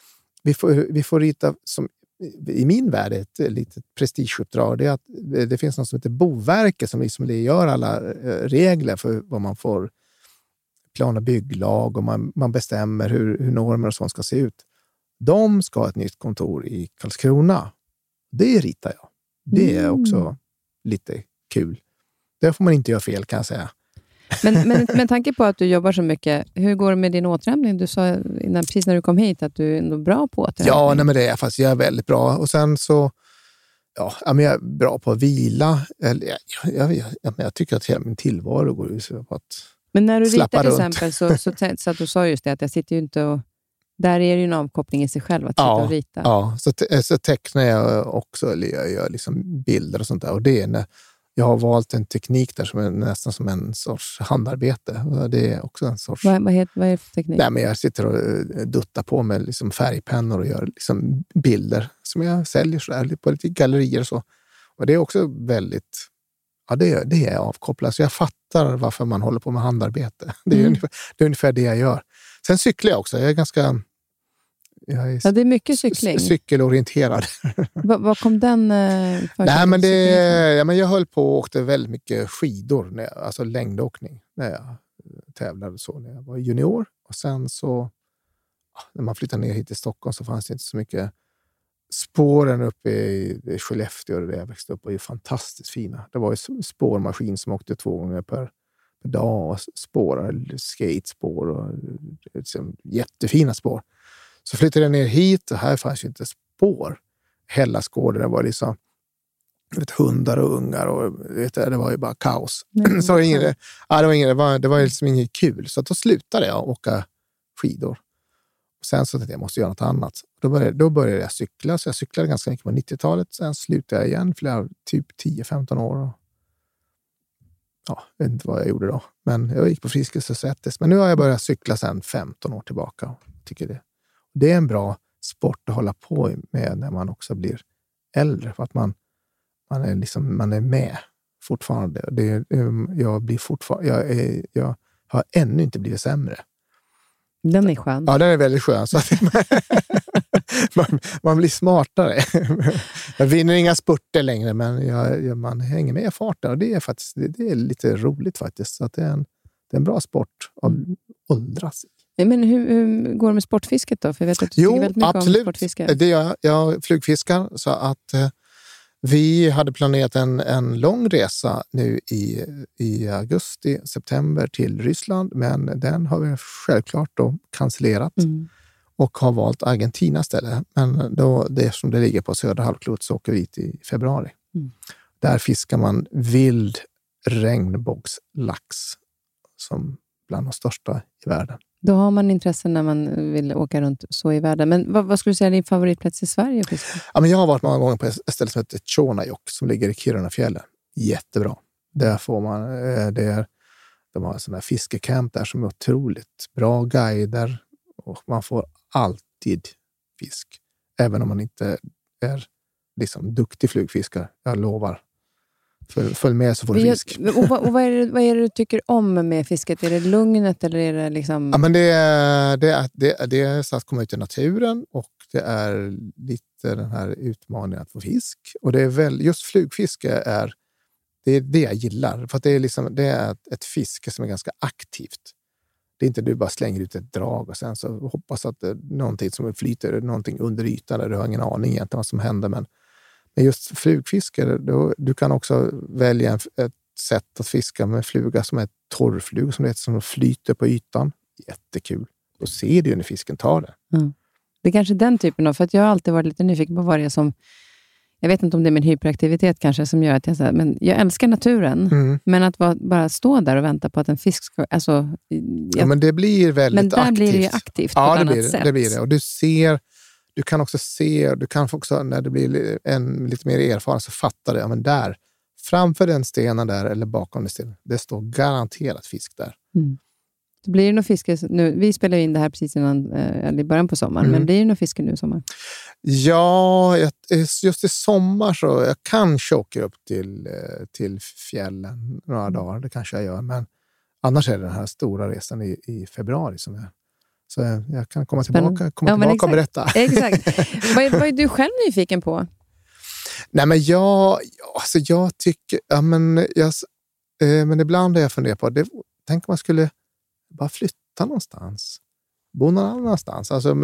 Vi får rita, som i min värld ett litet prestigeuppdrag. Det är att det finns något som heter Boverket som liksom gör alla regler för vad man får, plan- och bygglag, och man bestämmer hur normer och sånt ska se ut. De ska ha ett nytt kontor i Karlskrona. Det ritar jag. Det är också lite kul. Där får man inte göra fel, kan jag säga. Men tanke på att du jobbar så mycket, hur går det med din återhämtning? Du sa precis när du kom hit att du är ändå bra på återhämtning. Ja, men det är faktiskt, jag är väldigt bra. Och sen så Ja, men jag är bra på att vila. Jag tycker att hela min tillvaro går ut på att Men när du ritar till runt. exempel så att du sa just det att jag sitter ju inte och... Där är det ju en avkoppling i sig själv att sitta och rita. Ja, så tecknar jag också, eller jag gör liksom bilder och sånt där. Och det är när jag har valt en teknik där som är nästan som en sorts handarbete. Och det är också en sorts... Vad är det för teknik? Nej, men jag sitter och duttar på med liksom färgpennor och gör liksom bilder som jag säljer så där, på lite gallerier och så. Och det är också väldigt... Ja, det är avkopplat. Så jag fattar varför man håller på med handarbete. Det är ungefär det jag gör. Sen cyklar jag också. Jag är ganska... Ja, det är mycket cykling. Cykelorienterad. Vad kom den Nej, men jag höll på och åkte väldigt mycket skidor, alltså längdåkning, när jag tävlade så när jag var junior. Och sen så, när man flyttade ner hit till Stockholm så fanns det inte så mycket. Spåren uppe i Skellefteå där jag växte upp var ju fantastiskt fina. Det var ju spårmaskin som åkte 2 gånger per dag och spårar, skatespår och liksom, jättefina spår. Så flyttade jag ner hit och här fanns ju inte spår. Hällaskården, det var liksom hundar och ungar och det var ju bara kaos. Så det var liksom inget kul. Så då slutade jag åka skidor. Och sen så tänkte jag måste göra något annat. Då började jag cykla, så jag cyklade ganska mycket på 90-talet. Sen slutade jag igen typ 10-15 år. Och, jag vet inte vad jag gjorde då. Men jag gick på Friskis och Sättes. Men nu har jag börjat cykla sen 15 år tillbaka och tycker det är en bra sport att hålla på med när man också blir äldre. För att man är med fortfarande. Jag har ännu inte blivit sämre. Den är skön. Ja, den är väldigt skön. Så att man blir smartare. Jag vinner inga spurter längre, men man hänger med i farten. Och det är lite roligt faktiskt. Så att det är en bra sport att åldras. Men hur går det med sportfisket då? För jag vet att du tycker väldigt mycket om sportfiske. Det gör jag. Jag flugfiskar, så att vi hade planerat en lång resa nu i augusti, september till Ryssland, men den har vi självklart då cancellerat och har valt Argentina istället. Men då, det som det ligger på södra halvklot, så åker vi dit i februari. Där fiskar man vild regnbågslax som bland de största i världen. Då har man intresse när man vill åka runt så i världen. Men vad skulle du säga är din favoritplats i Sverige? Ja, men jag har varit många gånger på ett ställe som heter Tjornajokk som ligger i Kirunafjällen. Jättebra. Där får man, de har sådana här fiskecamp där som är otroligt bra guider. Och man får alltid fisk. Även om man inte är liksom duktig flugfiskare. Jag lovar. Följ med så får du fisk. Och vad är det du tycker om med fisket? Är det lugnet eller är det liksom... Ja, men det är så att komma ut i naturen och det är lite den här utmaningen att få fisk. Och det är väl just flugfiske det är det jag gillar. För att det är ett fiske som är ganska aktivt. Det är inte du bara slänger ut ett drag och sen så hoppas att det är någonting som flyter, någonting under ytan där du har ingen aning egentligen vad som händer. Men just flugfiske, du kan också välja ett sätt att fiska med fluga som är torrflug som flyter på ytan. Jättekul. Då ser du när fisken tar det. Det är kanske den typen av, för att jag har alltid varit lite nyfiken på vad det är som, jag vet inte om det är min hyperaktivitet kanske som gör att jag säger, men jag älskar naturen, men att bara stå där och vänta på att en fisk ska, ja, men det blir väldigt aktivt. Men där blir det ju aktivt på ett annat sätt. Det blir det. Och du kan också när det blir lite mer erfaren så fattar du, ja men där, framför den stenen där eller bakom den stenen, det står garanterat fisk där. Det blir det någon fiske nu? Vi spelar in det här precis innan, i början på sommaren, men blir det någon fiske nu i sommar? Ja, just i sommar så jag kanske åker upp till fjällen några dagar, det kanske jag gör, men annars är det den här stora resan i februari som är. Så jag kan komma tillbaka och berätta. Exakt. Vad är du själv nyfiken på? Nej, men jag tycker, men ibland har jag funderat på det. Tänk om man skulle bara flytta någonstans. Bo någon annanstans. Alltså,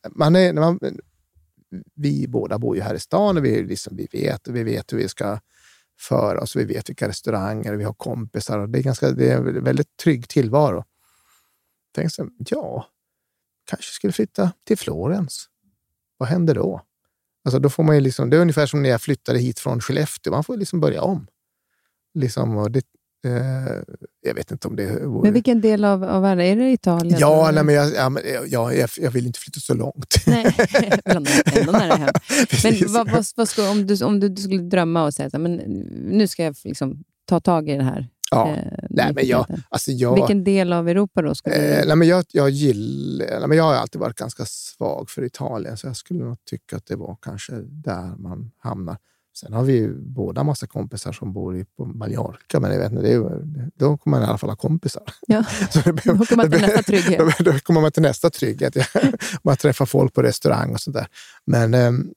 vi båda bor ju här i stan och vi vet hur vi ska föra oss. Vi vet vilka restauranger, vi har kompisar. Och det är en väldigt trygg tillvaro. Tänk så, kanske skulle flytta till Florens. Vad händer då? Alltså då får man ju liksom, det är ungefär som när jag flyttade hit från Skellefteå. Man får liksom börja om. Liksom, och det, jag vet inte om det... Men vilken del av världen? Är det Italien? Ja, nej, men jag vill inte flytta så långt. Nej, ändå nära hem. Men vad ska, om du skulle drömma och säga så här, men nu ska jag liksom ta tag i det här. Ja, nej, men vilken del av Europa då skulle du... Nej, men jag har alltid varit ganska svag för Italien, så jag skulle nog tycka att det var kanske där man hamnar. Sen har vi ju båda massa kompisar som bor på Mallorca, men jag vet inte, då kommer man i alla fall ha kompisar. Ja, så då kommer man till nästa trygghet. Då kommer man till nästa trygghet. Man träffar folk på restaurang och sånt där. Men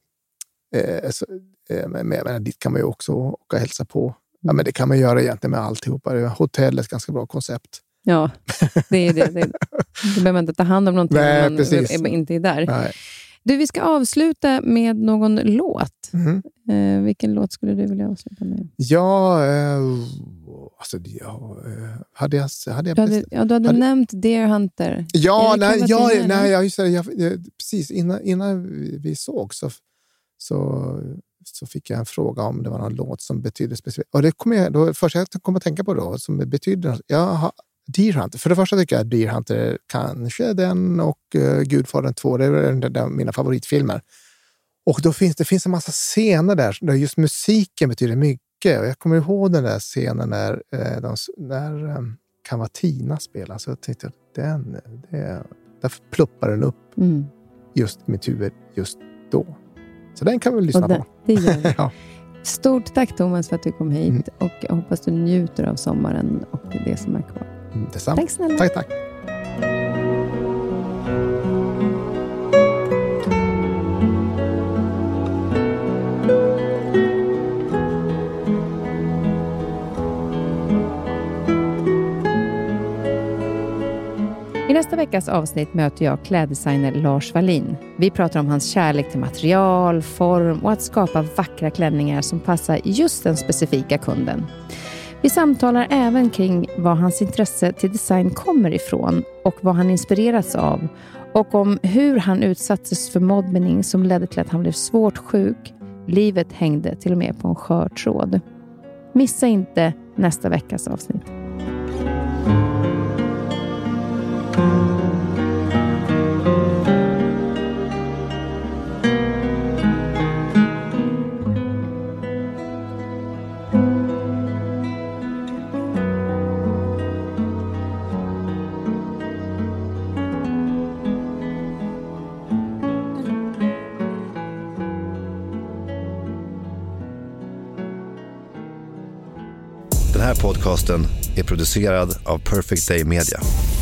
dit kan man ju också åka och hälsa på. Ja, men det kan man göra egentligen med alltihopa. Hotell är ett ganska bra koncept. Ja, det är det. Du behöver inte ta hand om någonting när man inte är där. Nej. Du, vi ska avsluta med någon låt. Vilken låt skulle du vilja avsluta med? Ja, du hade nämnt Deer Hunter. Ja, precis. Innan vi såg så fick jag en fråga om det var någon låt som betydde specifikt. Och det först jag kom att tänka på då, som betyder... Deer Hunter. För det första tycker jag att Deer Hunter kanske den och Gudfadern 2, det är mina favoritfilmer. Och då det finns en massa scener där just musiken betyder mycket. Och jag kommer ihåg den där scenen när Cavatina spelar. Så jag tänkte att där pluppar den upp just i mitt huvud just då. Så den kan vi lyssna på. Det gör vi. Ja. Stort tack Thomas för att du kom hit och jag hoppas du njuter av sommaren och det som är kvar. Detsamma. Tack snälla. Tack. I nästa veckas avsnitt möter jag kläddesigner Lars Wallin. Vi pratar om hans kärlek till material, form och att skapa vackra klänningar som passar just den specifika kunden. Vi samtalar även kring var hans intresse till design kommer ifrån och vad han inspirerats av och om hur han utsattes för mobbning som ledde till att han blev svårt sjuk. Livet hängde till och med på en skör tråd. Missa inte nästa veckas avsnitt. Den här podcasten är producerad av Perfect Day Media.